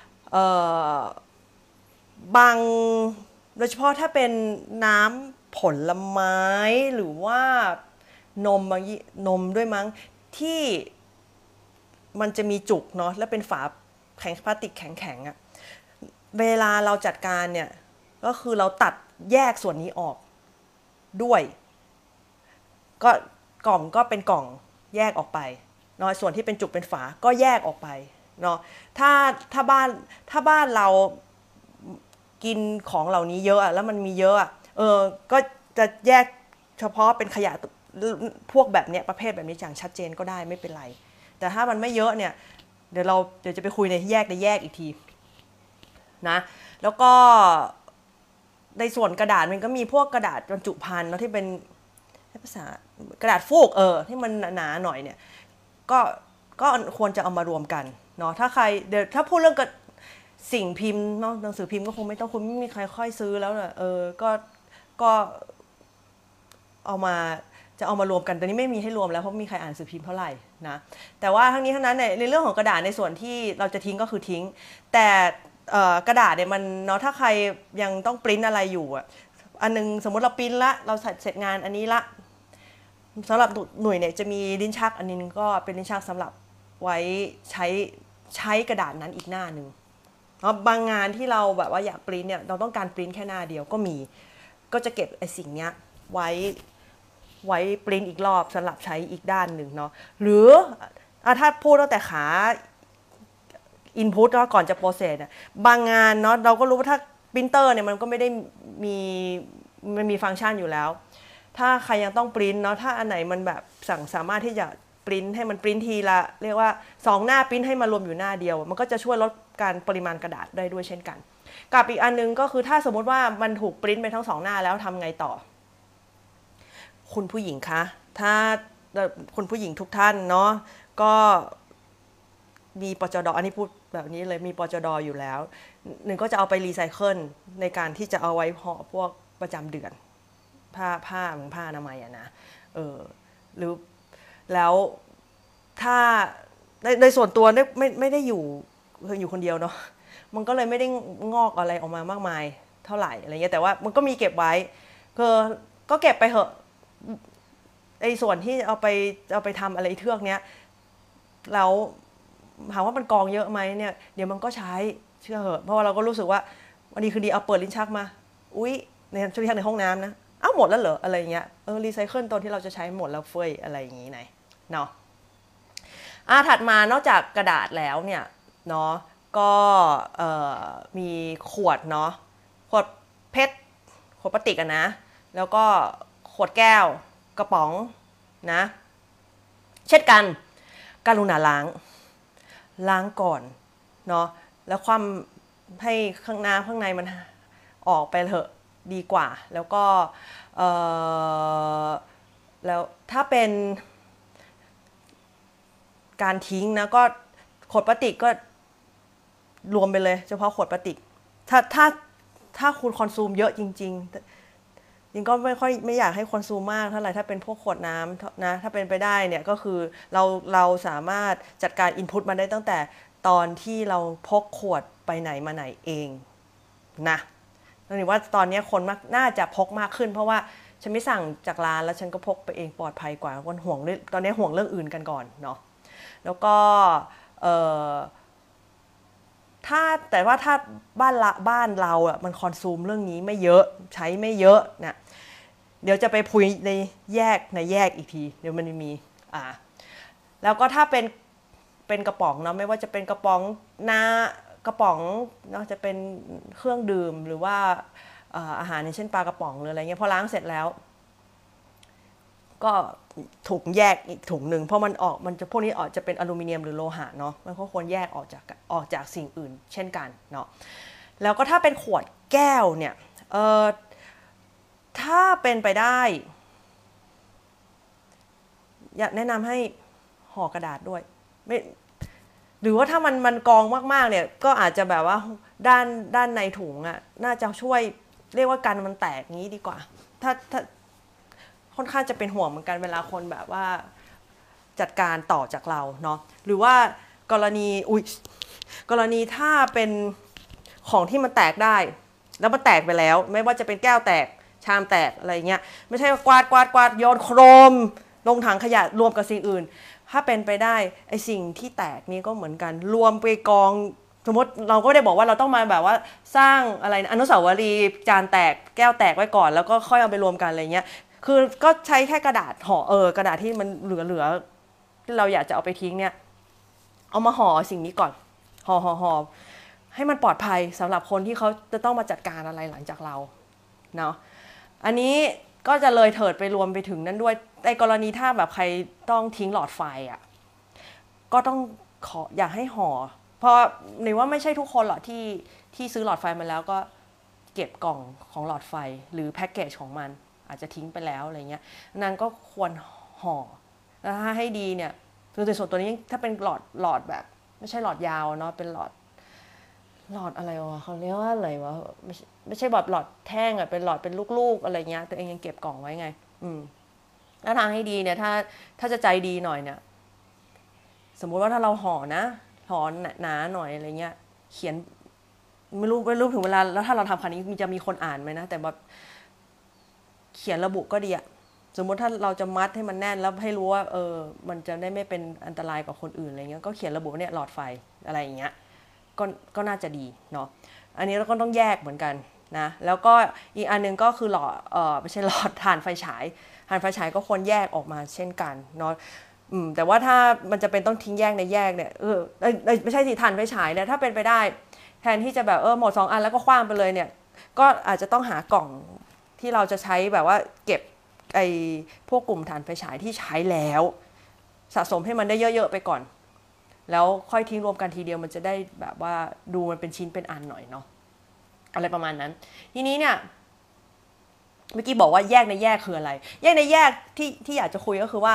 บางโดยเฉพาะถ้าเป็นน้ำผลไม้หรือว่านมบางนมด้วยมั้งที่มันจะมีจุกเนาะแล้วเป็นฝาแข็งพลาสติกแข็งๆอะเวลาเราจัดการเนี่ยก็คือเราตัดแยกส่วนนี้ออกด้วยก็กล่องก็เป็นกล่องแยกออกไปเนาะส่วนที่เป็นจุกเป็นฝาก็แยกออกไปเนาะถ้าบ้านเรากินของเหล่านี้เยอะอะแล้วมันมีเยอะอะก็จะแยกเฉพาะเป็นขยะพวกแบบเนี้ยประเภทแบบนี้อย่างชัดเจนก็ได้ไม่เป็นไรแต่ถ้ามันไม่เยอะเนี่ยเดี๋ยวจะไปคุยในแยกอีกทีนะแล้วก็ในส่วนกระดาษมันก็มีพวกกระดาษบรรจุภัณฑ์เนาะที่เป็นภาษากระดาษฟูกที่มันหนาหน่อยเนี่ยก็ควรจะเอามารวมกันเนาะถ้าใครเดี๋ยวถ้าพูดเรื่องสิ่งพิมพ์เนาะหนังสือพิมพ์ก็คงไม่ต้องคุณไม่มีใครค่อยซื้อแล้วนะก็เอามารวมกันตอนนี้ไม่มีให้รวมแล้วเพราะมีใครอ่านหนังสือพิมพ์เท่าไหร่นะแต่ว่าทั้งนี้ทั้งนั้นในเรื่องของกระดาษในส่วนที่เราจะทิ้งก็คือทิ้งแต่กระดาษเนี่ยมันเนาะถ้าใครยังต้องปริ้นอะไรอยู่อันนึงสมมติเราปริ้นละเราเสร็จงานอันนี้ละสำหรับหน่วยเนี่ยจะมีลิ้นชักอันนึงก็เป็นลิ้นชักสำหรับไว้ใช้กระดาษนั้นอีกหน้านึงบางงานที่เราแบบว่าอยากปริ้นเนี่ยเราต้องการปริ้นแค่หน้าเดียวก็จะเก็บไอ้สิ่งเนี้ยไว้ปริ้นอีกรอบสำหรับใช้อีกด้านหนึ่งเนาะหรือถ้าพูดตั้งแต่ขาอินพุตก่อนจะโปรเซสบางงานเนาะเราก็รู้ว่าถ้าปรินเตอร์เนี่ยมันก็ไม่ได้มีฟังก์ชันอยู่แล้วถ้าใครยังต้องปริ้นเนาะถ้าอันไหนมันแบบสามารถที่จะปริ้นให้มันปริ้นทีละเรียกว่า2หน้าปริ้นให้มารวมอยู่หน้าเดียวมันก็จะช่วยลดการปริมาณกระดาษได้ด้วยเช่นกันกับอีกอันนึงก็คือถ้าสมมติว่ามันถูกปริ้นไปทั้ง2 หน้าแล้วทำไงต่อคุณผู้หญิงคะถ้าคุณผู้หญิงทุกท่านเนาะก็มีปจด.อันนี้พูดแบบนี้เลยมีปจด.อยู่แล้วหนึ่งก็จะเอาไปรีไซเคิลในการที่จะเอาไว้ห่อพวกประจำเดือนผ้าอนามัยอะนะหรือแล้วถ้าในส่วนตัวไม่ได้อยู่คนเดียวเนาะมันก็เลยไม่ได้งอกอะไรออกมามากมายเท่าไหร่อะไรเงี้ยแต่ว่ามันก็มีเก็บไว้ก็เก็บไปเหอะไอ้ส่วนที่เอาไปทำอะไรเทือกเนี้ยแล้วถามว่ามันกองเยอะไหมเนี่ยเดี๋ยวมันก็ใช้เชื่อเหอะเพราะว่าเราก็รู้สึกว่าวันนี้คือดีเอาเปิดลิ้นชักมาอุ๊ยในช่วงในห้องน้ำนะอ้าวหมดแล้วเหรออะไรเงี้ยรีไซเคิลตอนที่เราจะใช้หมดแล้วเฟ้ยอะไรอย่างงี้ไหนเนาะถัดมานอกจากกระดาษแล้วเนี่ยเนาะก็มีขวดเนาะขวดเพชรขวดพลาสติกนะแล้วก็ขวดแก้วกระป๋องนะเช่นกันกรุณาล้างก่อนเนาะแล้วความให้ข้างในมันออกไปเถอะดีกว่าแล้วก็แล้วถ้าเป็นการทิ้งนะก็ขวดพลาสติกก็รวมไปเลยเฉพาะขวดพลาสติกถ้าคุณคอนซูมเยอะจริงๆก็ไม่อยากให้คอนซูมมากเท่าไหร่ถ้าเป็นพวกขวดน้ำนะถ้าเป็นไปได้เนี่ยก็คือเราสามารถจัดการอินพุตมาได้ตั้งแต่ตอนที่เราพกขวดไปไหนมาไหนเองนะนี่ว่าตอนนี้คนน่าจะพกมากขึ้นเพราะว่าฉันไม่สั่งจากร้านแล้วฉันก็พกไปเองปลอดภัยกว่าคนห่วงตอนนี้ห่วงเรื่องอื่นกันก่อนเนาะแล้วก็แต่ว่าถ้าบ้านเราอ่ะมันคอนซูมเรื่องนี้ไม่เยอะใช้ไม่เยอะนะเดี๋ยวจะไปพูดในแยกอีกทีเดี๋ยวมันมีแล้วก็ถ้าเป็นกระป๋องเนาะไม่ว่าจะเป็นกระป๋องกระป๋องเนาะจะเป็นเครื่องดื่มหรือว่าอาหารเช่นปลากระป๋องหรืออะไรเงี้ยพอล้างเสร็จแล้วก็ถุงแยกอีกถุงหนึ่งเพราะมันจะพวกนี้จะเป็นอลูมิเนียมหรือโลหะเนาะมันก็ควรแยกออกจากสิ่งอื่นเช่นกันเนาะแล้วก็ถ้าเป็นขวดแก้วเนี่ยถ้าเป็นไปได้อยากแนะนำให้ห่อกระดาษด้วยไม่หรือว่าถ้ามันกองมากๆเนี่ยก็อาจจะแบบว่าด้านในถุงอ่ะน่าจะช่วยเรียกว่ากันมันแตกงี้ดีกว่าถ้าค่อนข้างจะเป็นห่วงเหมือนกันเวลาคนแบบว่าจัดการต่อจากเราเนาะหรือว่ากรณีถ้าเป็นของที่มันแตกได้แล้วมันแตกไปแล้วไม่ว่าจะเป็นแก้วแตกชามแตกอะไรเงี้ยไม่ใช่กวาดโยนโครมลงถังขยะรวมกับสิ่งอื่นถ้าเป็นไปได้ไอสิ่งที่แตกนี้ก็เหมือนกันรวมไปกองสมมติเราก็ไม่ได้บอกว่าเราต้องมาแบบว่าสร้างอะไรอนุสาวรีย์จานแตกแก้วแตกไว้ก่อนแล้วก็ค่อยเอาไปรวมกันอะไรเงี้ยคือก็ใช้แค่กระดาษห่อกระดาษที่มันเหลือที่เราอยากจะเอาไปทิ้งเนี่ยเอามาห่อสิ่งนี้ก่อนห่อให้มันปลอดภัยสำหรับคนที่เขาจะต้องมาจัดการอะไรหลังจากเราเนาะอันนี้ก็จะเลยเถิดไปรวมไปถึงนั้นด้วยในกรณีถ้าแบบใครต้องทิ้งหลอดไฟอ่ะก็ต้องอยากให้ห่อเพราะในว่าไม่ใช่ทุกคนหรอกที่ซื้อหลอดไฟมาแล้วก็เก็บกล่องของหลอดไฟหรือแพ็กเกจของมันอาจจะทิ้งไปแล้วอะไรเงี้ยนั้นก็ควรห่อแล้วถ้าให้ดีเนี่ยคือในส่วนตัวนี้ถ้าเป็นหลอดแบบไม่ใช่หลอดยาวเนาะเป็นหลอดอะไรวะเขาเรียกว่าอะไรวะไม่ใช่แบบหลอดแท่งอ่ะเป็นหลอดเป็นลูกๆอะไรเงี้ยตัวเองยังเก็บกล่องไว้ไงแล้วทางให้ดีเนี่ยถ้าจะใจดีหน่อยเนี่ยสมมุติว่าถ้าเราห่อหนาหน่อยอะไรเงี้ยเขียนไม่รู้ถึงเวลาแล้วถ้าเราทำคันนี้จะมีคนอ่านไหมนะแต่แบบเขียนระบุก็ดีอะสมมติถ้าเราจะมัดให้มันแน่นแล้วให้รู้ว่ามันจะได้ไม่เป็นอันตรายกับคนอื่นอะไรเงี้ยก็เขียนระบุเนี่ยหลอดไฟอะไรอย่างเงี้ยก็น่าจะดีเนาะอันนี้เราก็ต้องแยกเหมือนกันนะแล้วก็อีกอันนึงก็คือหลอดไม่ใช่หลอดถ่านไฟฉายก็ควรแยกออกมาเช่นกันเนาะแต่ว่าถ้ามันจะเป็นต้องทิ้งแยกในแยกเนี่ยไม่ใช่สิถ่านไฟฉายเนี่ยถ้าเป็นไปได้แทนที่จะแบบหมด2 อันแล้วก็คว้างไปเลยเนี่ยก็อาจจะต้องหากล่องที่เราจะใช้แบบว่าเก็บพวกกลุ่มถ่านไฟฉายที่ใช้แล้วสะสมให้มันได้เยอะๆไปก่อนแล้วค่อยทิ้งรวมกันทีเดียวมันจะได้แบบว่าดูมันเป็นชิ้นเป็นอันหน่อยเนาะอะไรประมาณนั้นทีนี้เนี่ยเมื่อกี้บอกว่าแยกในแยกคืออะไรแยกในแยกที่อยากจะคุยก็คือว่า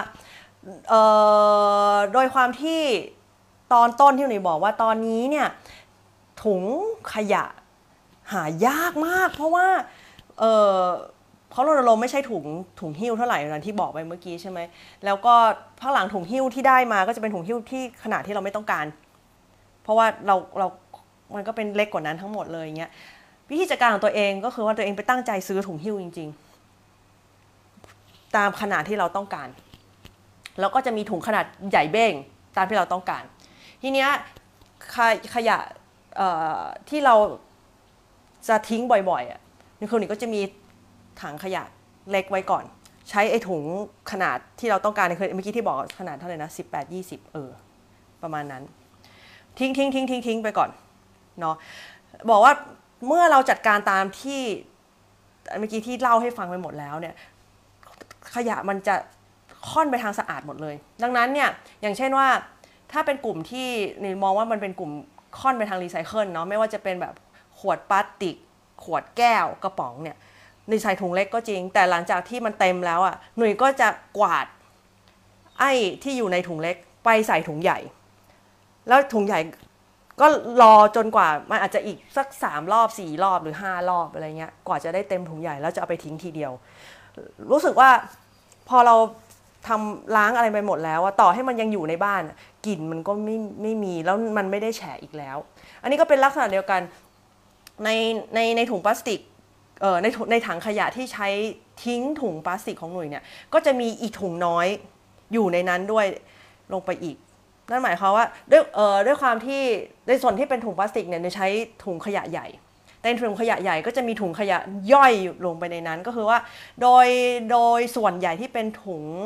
โดยความที่ตอนต้นที่หนูบอกว่าตอนนี้เนี่ยถุงขยะหายากมากเพราะว่าเขารณรงค์ไม่ใช่ถุงหิ้วเท่าไหร่นะที่บอกไปเมื่อกี้ใช่ไหมแล้วก็ข้างหลังถุงหิ้วที่ได้มาก็จะเป็นถุงหิ้วที่ขนาดที่เราไม่ต้องการเพราะว่ามันก็เป็นเล็กกว่านั้นทั้งหมดเลยอย่างเงี้ยวิธีจัดการของตัวเองก็คือว่าตัวเองไปตั้งใจซื้อถุงหิ้วจริงๆตามขนาดที่เราต้องการแล้วก็จะมีถุงขนาดใหญ่เบ้งตามที่เราต้องการทีเนี้ยขยะที่เราจะทิ้งบ่อยๆในคลินิกก็จะมีถังขยะเล็กไว้ก่อนใช้ไอ้ถุงขนาดที่เราต้องการในเมื่อกี้ที่บอกขนาดเท่าไหร่นะ18-20ประมาณนั้นทิ้งไปก่อนเนาะบอกว่าเมื่อเราจัดการตามที่เมื่อกี้ที่เล่าให้ฟังไปหมดแล้วเนี่ยขยะมันจะค่อนไปทางสะอาดหมดเลยดังนั้นเนี่ยอย่างเช่นว่าถ้าเป็นกลุ่มที่นี่มองว่ามันเป็นกลุ่มค่อนไปทางรีไซเคิลเนาะไม่ว่าจะเป็นแบบขวดพลาสติกขวดแก้วกระป๋องเนี่ยในใส่ถุงเล็กก็จริงแต่หลังจากที่มันเต็มแล้วอ่ะหนุ่ยก็จะกวาดไอ้ที่อยู่ในถุงเล็กไปใส่ถุงใหญ่แล้วถุงใหญ่ก็รอจนกว่ามันอาจจะอีกสัก3 รอบ 4 รอบหรือ5 รอบอะไรเงี้ยกว่าจะได้เต็มถุงใหญ่แล้วจะเอาไปทิ้งทีเดียวรู้สึกว่าพอเราทำล้างอะไรไปหมดแล้วต่อให้มันยังอยู่ในบ้านกลิ่นมันก็ไม่มีแล้วมันไม่ได้แฉะอีกแล้วอันนี้ก็เป็นลักษณะเดียวกันในถุงพลาสติกในถังขยะที่ใช้ทิ้งถุงพลาสติกของหน่วยเนี่ยก็จะมีอีกถุงน้อยอยู่ในนั้นด้วยลงไปอีกนั่นหมายความว่าด้วยความที่ในส่วนที่เป็นถุงพลาสติกเนี่ยใช้ถุงขยะใหญ่แต่ในถุงขยะใหญ่ก็จะมีถุงขยะย่อยลงไปในนั้นก็คือว่าโดยส่วนใหญ่ที่เป็นถุง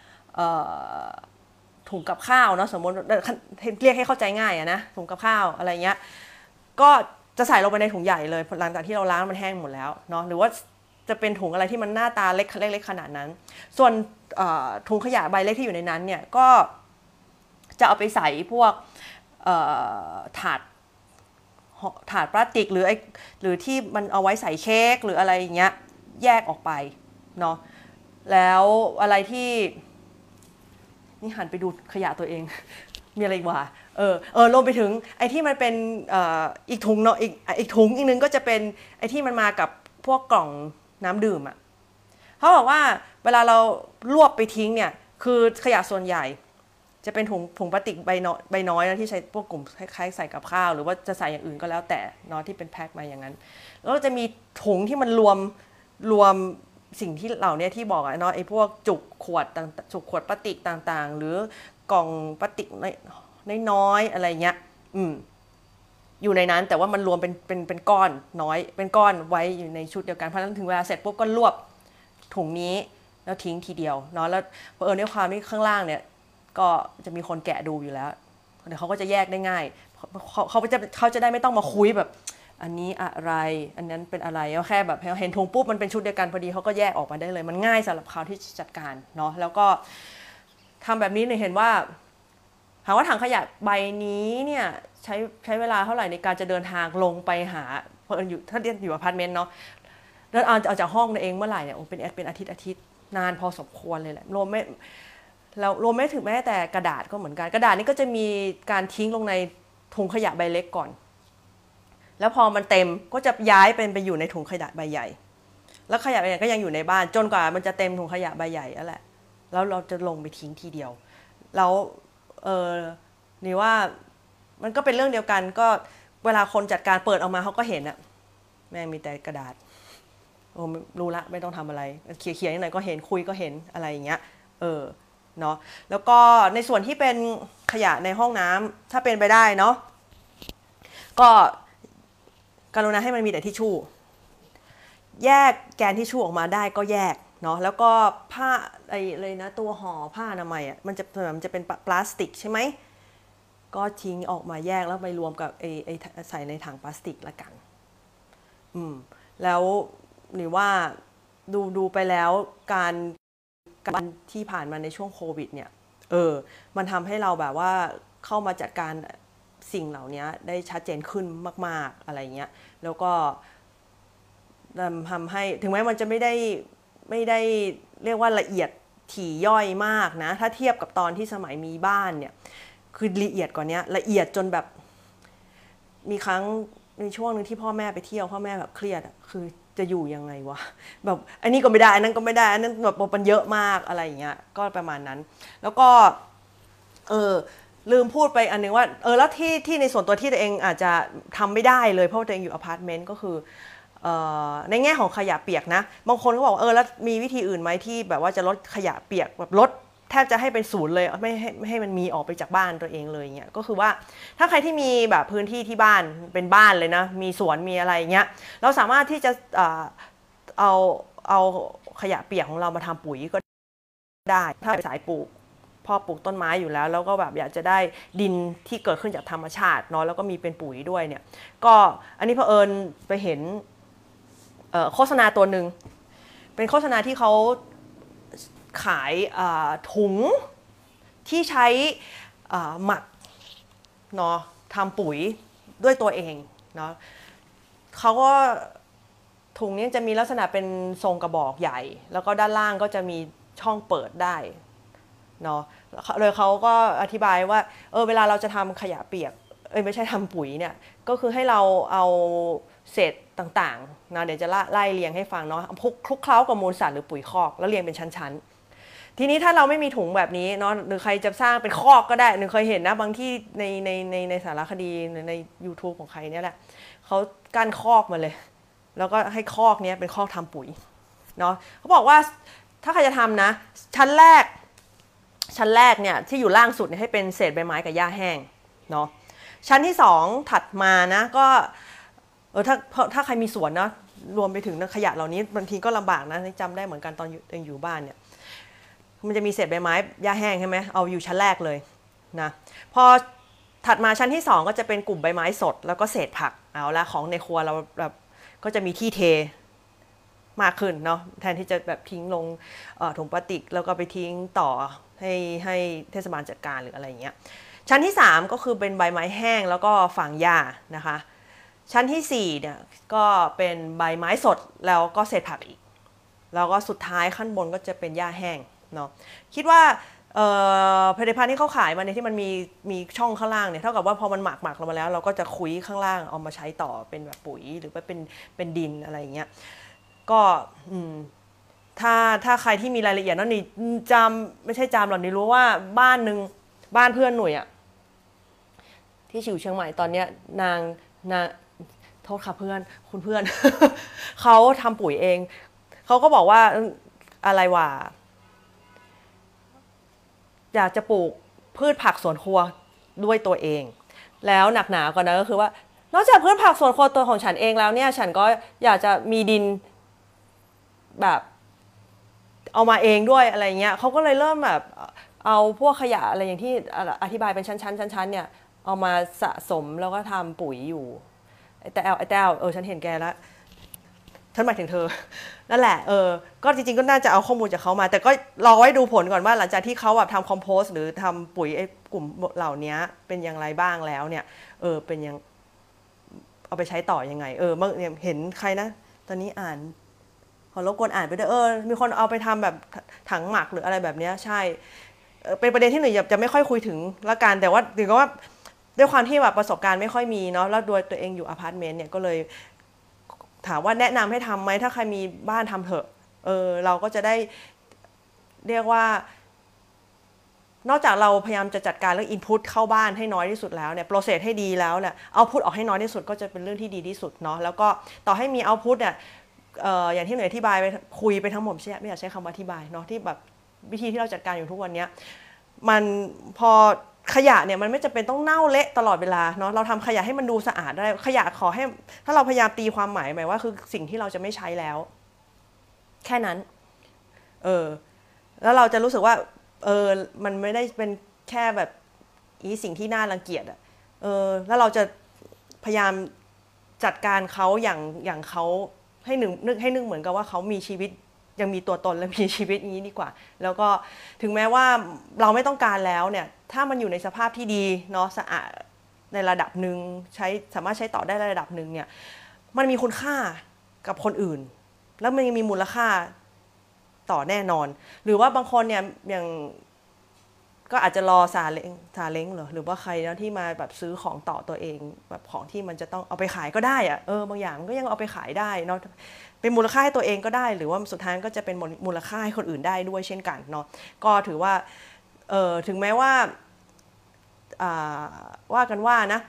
กับข้าวเนาะสมมติเรียกให้เข้าใจง่ายนะถุงกับข้าวอะไรเงี้ยก็จะใส่ลงไปในถุงใหญ่เลยหลังจากที่เราล้างมันแห้งหมดแล้วเนาะหรือว่าจะเป็นถุงอะไรที่มันหน้าตาเล็กขนาดนั้นส่วนถุงขยะใบเล็กที่อยู่ในนั้นเนี่ยก็จะเอาไปใส่พวกถาดพลาสติกหรือที่มันเอาไว้ใส่เค้กหรืออะไรอย่างเงี้ยแยกออกไปเนาะแล้วอะไรที่นี่หันไปดูขยะตัวเองมีอะไรอีกวะรวมไปถึงไอ้ที่มันเป็นอีกถุงเนาะอีกถุงอีกนึงก็จะเป็นไอ้ที่มันมากับพวกกล่องน้ำดื่มเขาบอกว่าเวลาเรารวบไปทิ้งเนี่ยคือขยะส่วนใหญ่จะเป็นถุงพลาสติกใบน้อยนะที่ใช้พวกกลุ่มคล้ายๆใส่กับข้าวหรือว่าจะใส่อย่างอื่นก็แล้วแต่เนาะที่เป็นแพ็คมาอย่างนั้นแล้วจะมีถุงที่มันรวมสิ่งที่เหล่านี้ที่บอกเนาะไอ้พวกจุกขวดพลาสติกต่างๆหรือกล่องพลาสติกน้อยอะไรเงี้ยอยู่ในนั้นแต่ว่ามันรวมเป็นก้อนน้อยเป็นก้อนไว้อยู่ในชุดเดียวกันเพราะฉะนั้นถึงเวลาเสร็จปุ๊บก็รวบถุงนี้แล้วทิ้งทีเดียวเนาะแล้วด้วยความที่ข้างล่างเนี่ยก็จะมีคนแกะดูอยู่แล้วเดี๋ยวเขาก็จะแยกได้ง่ายเขาจะได้ไม่ต้องมาคุยแบบอันนี้อะไรอันนั้นเป็นอะไรแค่แบบเห็นถุงปุ๊บมันเป็นชุดเดียวกันพอดีเขาก็แยกออกมาได้เลยมันง่ายสำหรับเขาที่จัดการเนาะแล้วก็ทำแบบนี้เนี่ยเห็นว่าถามว่าถังขยะใบนี้เนี่ยใช้เวลาเท่าไหร่ในการจะเดินทางลงไปหาถ้าเรียนอยู่อพาร์ตเมนต์เนาะเดินเอาจากห้องเองเมื่อไหร่เนี่ยเป็นอาทิตย์นานพอสมควรเลยแหละรวมไม่ถึงแม้แต่กระดาษก็เหมือนกันกระดาษนี้ก็จะมีการทิ้งลงในถุงขยะใบเล็กก่อนแล้วพอมันเต็มก็จะย้ายไปอยู่ในถุงขยะใบใหญ่แล้วขยะใบใหญ่ก็ยังอยู่ในบ้านจนกว่ามันจะเต็มถุงขยะใบใหญ่แล้วแหละแล้วเราจะลงไปทิ้งทีเดียวแล้วนี่ว่ามันก็เป็นเรื่องเดียวกันก็เวลาคนจัดการเปิดออกมาเขาก็เห็นอะแม่งมีแต่กระดาษรู้ละไม่ต้องทำอะไรเขียนๆนิดหน่อยก็เห็นคุยก็เห็นอะไรอย่างเงี้ยเนาะแล้วก็ในส่วนที่เป็นขยะในห้องน้ำถ้าเป็นไปได้เนาะก็กรุณาให้มันมีแต่ทิชชู่แยกแกนทิชชู่ออกมาได้ก็แยกเนาะแล้วก็ผ้าอะไรนะตัวห่อผ้าอนามัยมันจะเป็นพลาสติกใช่ไหมก็ทิ้งออกมาแยกแล้วไปรวมกับใส่ในถังพลาสติกละกันแล้วหรือว่าดูไปแล้วการที่ผ่านมาในช่วงโควิดเนี่ยมันทำให้เราแบบว่าเข้ามาจัดการสิ่งเหล่านี้ได้ชัดเจนขึ้นมากๆอะไรเงี้ยแล้วก็ทำให้ถึงแม้มันจะไม่ได้เรียกว่าละเอียดถี่ย่อยมากนะถ้าเทียบกับตอนที่สมัยมีบ้านเนี่ยคือละเอียดกว่านี้ละเอียดจนแบบมีครั้งในช่วงนึงที่พ่อแม่ไปเที่ยวพ่อแม่แบบเครียดคือจะอยู่ยังไงวะแบบอันนี้ก็ไม่ได้อันนั้นก็ไม่ได้อันนั้นแบบมันเยอะมากอะไรอย่างเงี้ยก็ประมาณนั้นแล้วก็ลืมพูดไปอันนึงว่าแล้วที่ในส่วนตัวที่ตัวเองอาจจะทำไม่ได้เลยเพราะตัวเองอยู่อพาร์ตเมนต์ก็คือในแง่ของขยะเปียกนะบางคนก็บอกแล้วมีวิธีอื่นไหมที่แบบว่าจะลดขยะเปียกแบบลดแทบจะให้เป็นศูนย์เลยไม่ให้มันมีออกไปจากบ้านตัวเองเลยเงี้ยก็คือว่าถ้าใครที่มีแบบพื้นที่ที่บ้านเป็นบ้านเลยนะมีสวนมีอะไรเงี้ยเราสามารถที่จะเอาขยะเปียกของเรามาทำปุ๋ยก็ได้ถ้าเป็นสายปลูกพ่อปลูกต้นไม้อยู่แล้วก็แบบอยากจะได้ดินที่เกิดขึ้นจากธรรมชาติเนาะแล้วก็มีเป็นปุ๋ยด้วยเนี่ยก็อันนี้เผอิญไปเห็นโฆษณาตัวหนึ่งเป็นโฆษณาที่เขาขายถุงที่ใช้หมักเนาะทำปุ๋ยด้วยตัวเองเนาะเขาก็ถุงนี้จะมีลักษณะเป็นทรงกระบอกใหญ่แล้วก็ด้านล่างก็จะมีช่องเปิดได้เนาะเลยเขาก็อธิบายว่าเวลาเราจะทำขยะเปียกไม่ใช่ทำปุ๋ยเนี่ยก็คือให้เราเอาเศษต่างๆนะเดี๋ยวจะไล่เรียงให้ฟังเนาะคลุกเคล้ากับมูลสัตว์หรือปุ๋ยคอกแล้วเรียงเป็นชั้นๆทีนี้ถ้าเราไม่มีถุงแบบนี้เนาะหรือใครจะสร้างเป็นคอกก็ได้หนึ่งเคยเห็นนะบางที่ในสารคดีใน YouTube ของใครเนี่ยแหละเขากั้นคอกมาเลยแล้วก็ให้คอกนี้เป็นคอกทำปุ๋ยเนาะเขาบอกว่าถ้าใครจะทำนะชั้นแรกเนี่ยที่อยู่ล่างสุดเนี่ยให้เป็นเศษใบไม้กับหญ้าแห้งเนาะชั้นที่2ถัดมานะก็ถ้าใครมีสวนนะรวมไปถึงขยะเหล่านี้บางทีก็ลำบากนะจำได้เหมือนกันตอนอยู่บ้านเนี่ยมันจะมีเศษใบไม้หญ้าแห้งใช่ไหมเอาอยู่ชั้นแรกเลยนะพอถัดมาชั้นที่2ก็จะเป็นกลุ่มใบไม้สดแล้วก็เศษผักเอาละของในครัวเราแบบก็จะมีที่เทมากขึ้นเนาะแทนที่จะแบบทิ้งลงถุงพลาสติกแล้วก็ไปทิ้งต่อให้เทศบาลจัดการหรืออะไรอย่างเงี้ยชั้นที่3ก็คือเป็นใบไม้แห้งแล้วก็ฟางหญ้านะคะชั้นที่4เนี่ยก็เป็นใบไม้สดแล้วก็เศษผักอีกแล้วก็สุดท้ายขั้นบนก็จะเป็นหญ้าแห้งเนาะคิดว่าผลิตภัณฑ์ที่เขาขายมาเนี่ยที่มันมีช่องข้างล่างเนี่ยเท่ากับว่าพอมันหมักลงมาแล้วเราก็จะคุยข้างล่างเอามาใช้ต่อเป็นแบบปุ๋ยหรือว่าเป็นดินอะไรอย่างเงี้ยก็ถ้าใครที่มีรายละเอียดนั่นนี่ไม่ใช่หรอกนี่รู้ว่าบ้านเพื่อนหนุ่ยอะที่อยู่เชียงใหม่ตอนเนี้ยนางโทษค่ะคุณเพื่อน เขาทำปุ๋ยเองเขาก็บอกว่าอะไรวะอยากจะปลูกพืชผักสวนครัวด้วยตัวเองแล้วหนักหนากว่านั้นก็คือว่านอกจากพืชผักสวนครัวตัวของฉันเองแล้วเนี่ยฉันก็อยากจะมีดินแบบเอามาเองด้วยอะไรเงี้ยเขาก็เลยเริ่มแบบเอาพวกขยะอะไรอย่างที่อธิบายเป็นชั้นเนี่ยเอามาสะสมแล้วก็ทำปุ๋ยอยู่ไอ้แต้วฉันเห็นแกแล้วฉันหมายถึงเธอนั่นแหละก็จริงๆก็น่าจะเอาข้อมูลจากเขามาแต่ก็รอไว้ดูผลก่อนว่าหลังจากที่เขาแบบทำคอมโพสหรือทำปุ๋ยไอ้กลุ่มเหล่านี้เป็นอย่างไรบ้างแล้วเนี่ยเป็นยังเอาไปใช้ต่อยังไงเมื่อเห็นใครนะตอนนี้อ่านขอรบกวนอ่านไปด้วยมีคนเอาไปทำแบบถังหมักหรืออะไรแบบนี้ใช่เป็นประเด็นที่หนึ่งจะไม่ค่อยคุยถึงละกันแต่ว่าถือว่าด้วยความที่แบบประสบการณ์ไม่ค่อยมีเนาะแล้วโดยตัวเองอยู่อพาร์ตเมนต์เนี่ยก็เลยถามว่าแนะนำให้ทำไหมถ้าใครมีบ้านทำเถอะเราก็จะได้เรียกว่านอกจากเราพยายามจะจัดการเรื่อง input เข้าบ้านให้น้อยที่สุดแล้วเนี่ย process ให้ดีแล้วเนี่ย output ออกให้น้อยที่สุดก็จะเป็นเรื่องที่ดีที่สุดเนาะแล้วก็ต่อให้มี output เนี่ยอย่างที่หน่วยอธิบายไปคุยไปทั้งหมดไม่อยากใช้คำอธิบายเนาะที่แบบวิธีที่เราจัดการอยู่ทุกวันนี้มันพอขยะเนี่ยมันไม่จำเป็นต้องเน่าเละตลอดเวลาเนาะเราทำขยะให้มันดูสะอาดได้ขยะขอให้ถ้าเราพยายามตีความหมายว่าคือสิ่งที่เราจะไม่ใช้แล้วแค่นั้นแล้วเราจะรู้สึกว่ามันไม่ได้เป็นแค่แบบสิ่งที่น่ารังเกียจแล้วเราจะพยายามจัดการเขาอย่างเขาให้นึกเหมือนกับว่าเขามีชีวิตยังมีตัวตนและมีชีวิตอย่างนี้ดีกว่าแล้วก็ถึงแม้ว่าเราไม่ต้องการแล้วเนี่ยถ้ามันอยู่ในสภาพที่ดีเนาะสะอาดในระดับหนึ่งสามารถใช้ต่อได้ในระดับหนึ่งเนี่ยมันมีคุณค่ากับคนอื่นแล้วมันยังมีมูลค่าต่อแน่นอนหรือว่าบางคนเนี่ยอย่างก็อาจจะรอซาเล้งหรือว่าใครนะที่มาแบบซื้อของต่อตัวเองแบบของที่มันจะต้องเอาไปขายก็ได้อะบางอย่างก็ยังเอาไปขายได้เนาะเป็นมูลค่าให้ตัวเองก็ได้หรือว่าสุดท้ายก็จะเป็นมูลค่าให้คนอื่นได้ด้วยเช่นกันเนาะก็ถือว่าถึงแม้ว่าว่ากันว่านะ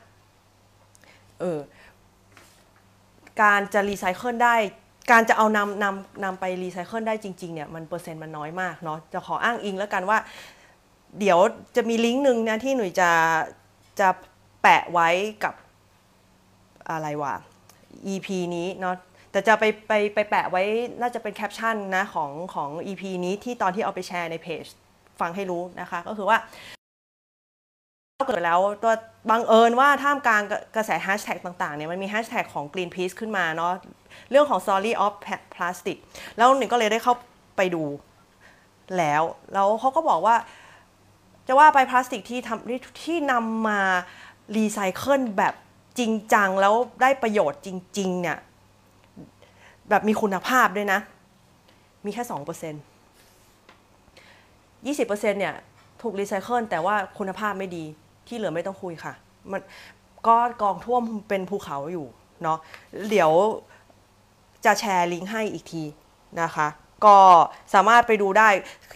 การจะรีไซเคิลได้การจะเอานำไปรีไซเคิลได้จริงๆเนี่ยมันเปอร์เซ็นต์มันน้อยมากเนาะจะขออ้างอิงแล้วกันว่าเดี๋ยวจะมีลิงก์หนึ่งนะที่หนุ่ยจะแปะไว้กับอะไรวะ EP นี้เนาะแต่จะไปแปะไว้น่าจะเป็นแคปชั่นนะของ EP นี้ที่ตอนที่เอาไปแชร์ในเพจฟังให้รู้นะคะก็คือว่าเกิดแล้วตัวบังเอิญว่าท่ามกลางกระแสแฮชแท็กต่างๆเนี่ยมันมีแฮชแท็กของ Greenpeace ขึ้นมาเนาะเรื่องของ Story of Plastic แล้วหนึ่งก็เลยได้เข้าไปดูแล้วเขาก็บอกว่าจะว่าไปพลาสติกที่นำมารีไซเคิลแบบจริงจังแล้วได้ประโยชน์จริงๆเนี่ยแบบมีคุณภาพด้วยนะมีแค่ 2% 20% เนี่ยถูกรีไซเคิลแต่ว่าคุณภาพไม่ดีที่เหลือไม่ต้องคุยค่ะมันก็กองท่วมเป็นภูเขาอยู่เนาะเดี๋ยวจะแชร์ลิงก์ให้อีกทีนะคะก็สามารถไปดูได้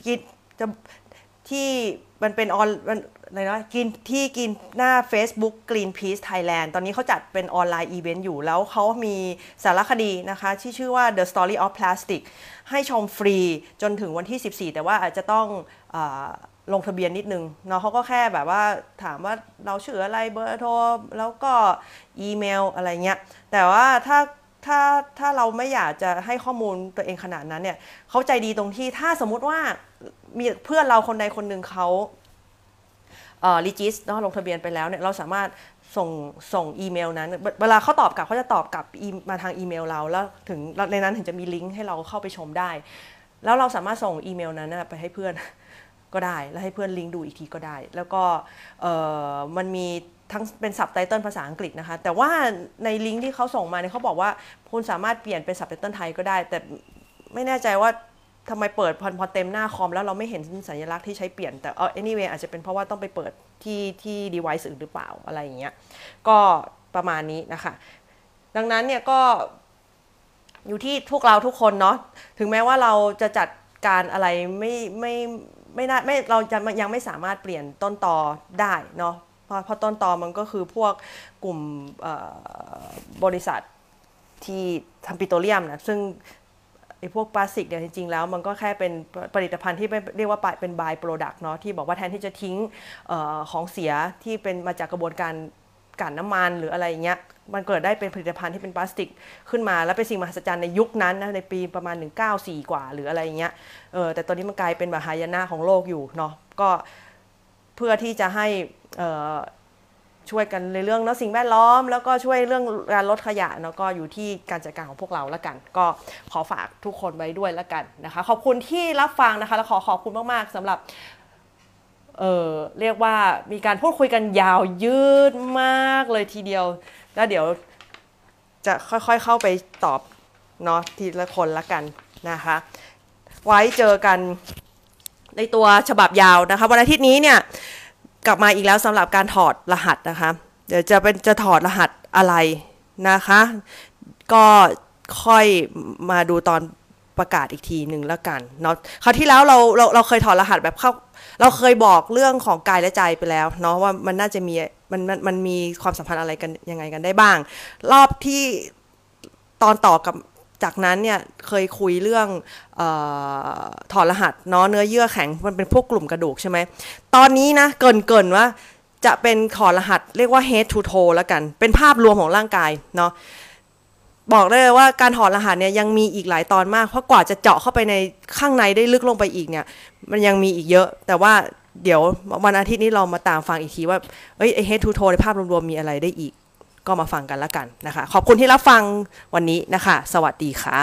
ที่มันเป็นอะไรนะกินหน้า Facebook Greenpeace Thailand ตอนนี้เขาจัดเป็นออนไลน์อีเวนต์อยู่แล้วเขามีสารคดีนะคะที่ชื่อว่า The Story of Plastic ให้ชมฟรีจนถึงวันที่ 14แต่ว่าอาจจะต้องลงทะเบียนนิดนึงเนาะเขาก็แค่แบบว่าถามว่าเราชื่ออะไรเบอร์โทรแล้วก็อีเมลอะไรเงี้ยแต่ว่าถ้าเราไม่อยากจะให้ข้อมูลตัวเองขนาดนั้นเนี่ยเขาใจดีตรงที่ถ้าสมมุติว่ามีเพื่อนเราคนใดคนหนึ่งเขารีจิสต์เนาะลงทะเบียนไปแล้วเนี่ยเราสามารถส่งอีเมลนั้นเวลาเขาตอบกลับเขาจะตอบกลับมาทางอีเมลเราแล้วถึงในนั้นถึงจะมีลิงก์ให้เราเข้าไปชมได้แล้วเราสามารถส่งอีเมลนั้นไปให้เพื่อนก็ได้แล้วให้เพื่อนลิงก์ดูอีกทีก็ได้แล้วก็มันมีทั้งเป็นซับไตเติลภาษาอังกฤษนะคะแต่ว่าในลิงก์ที่เขาส่งมาเนี่ยเขาบอกว่าคุณสามารถเปลี่ยนเป็นซับไตเติลไทยก็ได้แต่ไม่แน่ใจว่าทำไมเปิดพอเต็มหน้าคอมแล้วเราไม่เห็นสัญลักษณ์ที่ใช้เปลี่ยนแต่anyway อาจจะเป็นเพราะว่าต้องไปเปิดที่ device อื่นหรือเปล่าอะไรอย่างเงี้ยก็ประมาณนี้นะคะดังนั้นเนี่ยก็อยู่ที่พวกเราทุกคนเนาะถึงแม้ว่าเราจะจัดการอะไรไม่เราจะยังไม่สามารถเปลี่ยนต้นตอได้เนาะเพราะต้นตอมันก็คือพวกกลุ่มบริษัทที่ทำปิโตรเลียมนะซึ่งพวกพลาสติกเนี่ยจริงๆแล้วมันก็แค่เป็นผลิตภัณฑ์ที่เรียกว่าเป็น by product เนาะที่บอกว่าแทนที่จะทิ้งของเสียที่เป็นมาจากกระบวนการกั่นน้ำมันหรืออะไรอย่างเงี้ยมันเกิดได้เป็นผลิตภัณฑ์ที่เป็นพลาสติกขึ้นมาแล้วเป็นสิ่งมหัศจรรย์ในยุคนั้นนะในปีประมาณ194กว่าหรืออะไรอย่างเงี้ยแต่ตอนนี้มันกลายเป็นมหายนะของโลกอยู่เนาะก็เพื่อที่จะให้ช่วยกันในเรื่องสิ่งแวดล้อมแล้วก็ช่วยเรื่องการลดขยะเนาะก็อยู่ที่การจัดการของพวกเราละกันก็ขอฝากทุกคนไว้ด้วยละกันนะคะขอบคุณที่รับฟังนะคะและขอบคุณมากๆสำหรับเรียกว่ามีการพูดคุยกันยาวยืดมากเลยทีเดียวแล้วเดี๋ยวจะค่อยๆเข้าไปตอบเนาะทีละคนละกันนะคะไว้เจอกันในตัวฉบับยาวนะคะวันอาทิตย์นี้เนี่ยกลับมาอีกแล้วสำหรับการถอดรหัสนะคะเดี๋ยวจะถอดรหัสอะไรนะคะก็ค่อยมาดูตอนประกาศอีกทีหนึ่งแล้วกันเนาะคราวที่แล้วเราเคยถอดรหัสแบบเข้าเราเคยบอกเรื่องของกายและใจไปแล้วเนาะว่ามันน่าจะมีมันมีความสัมพันธ์อะไรกันยังไงกันได้บ้างรอบที่ตอนต่อกับจากนั้นเนี่ยเคยคุยเรื่องถอดรหัสเนาะเนื้อเยื่อแข็งมันเป็นพวกกลุ่มกระดูกใช่ไหมตอนนี้นะเกินว่าจะเป็นถอดรหัสเรียกว่า head to toe แล้วกันเป็นภาพรวมของร่างกายเนาะบอกได้เลยว่าการถอดรหัสเนี่ยยังมีอีกหลายตอนมากเพราะกว่าจะเจาะเข้าไปในข้างในได้ลึกลงไปอีกเนี่ยมันยังมีอีกเยอะแต่ว่าเดี๋ยววันอาทิตย์นี้เรามาตามฟังอีกทีว่าไอ้ head to toe ในภาพรวมๆมีอะไรได้อีกก็มาฟังกันละกันนะคะขอบคุณที่รับฟังวันนี้นะคะสวัสดีค่ะ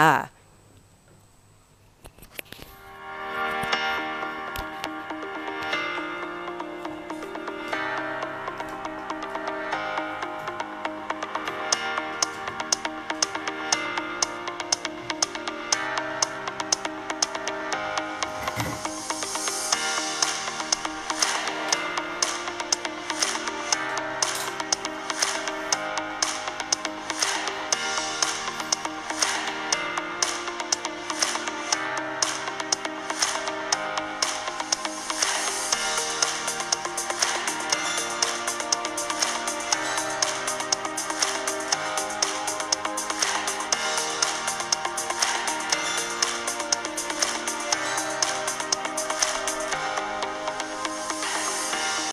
ค่ะ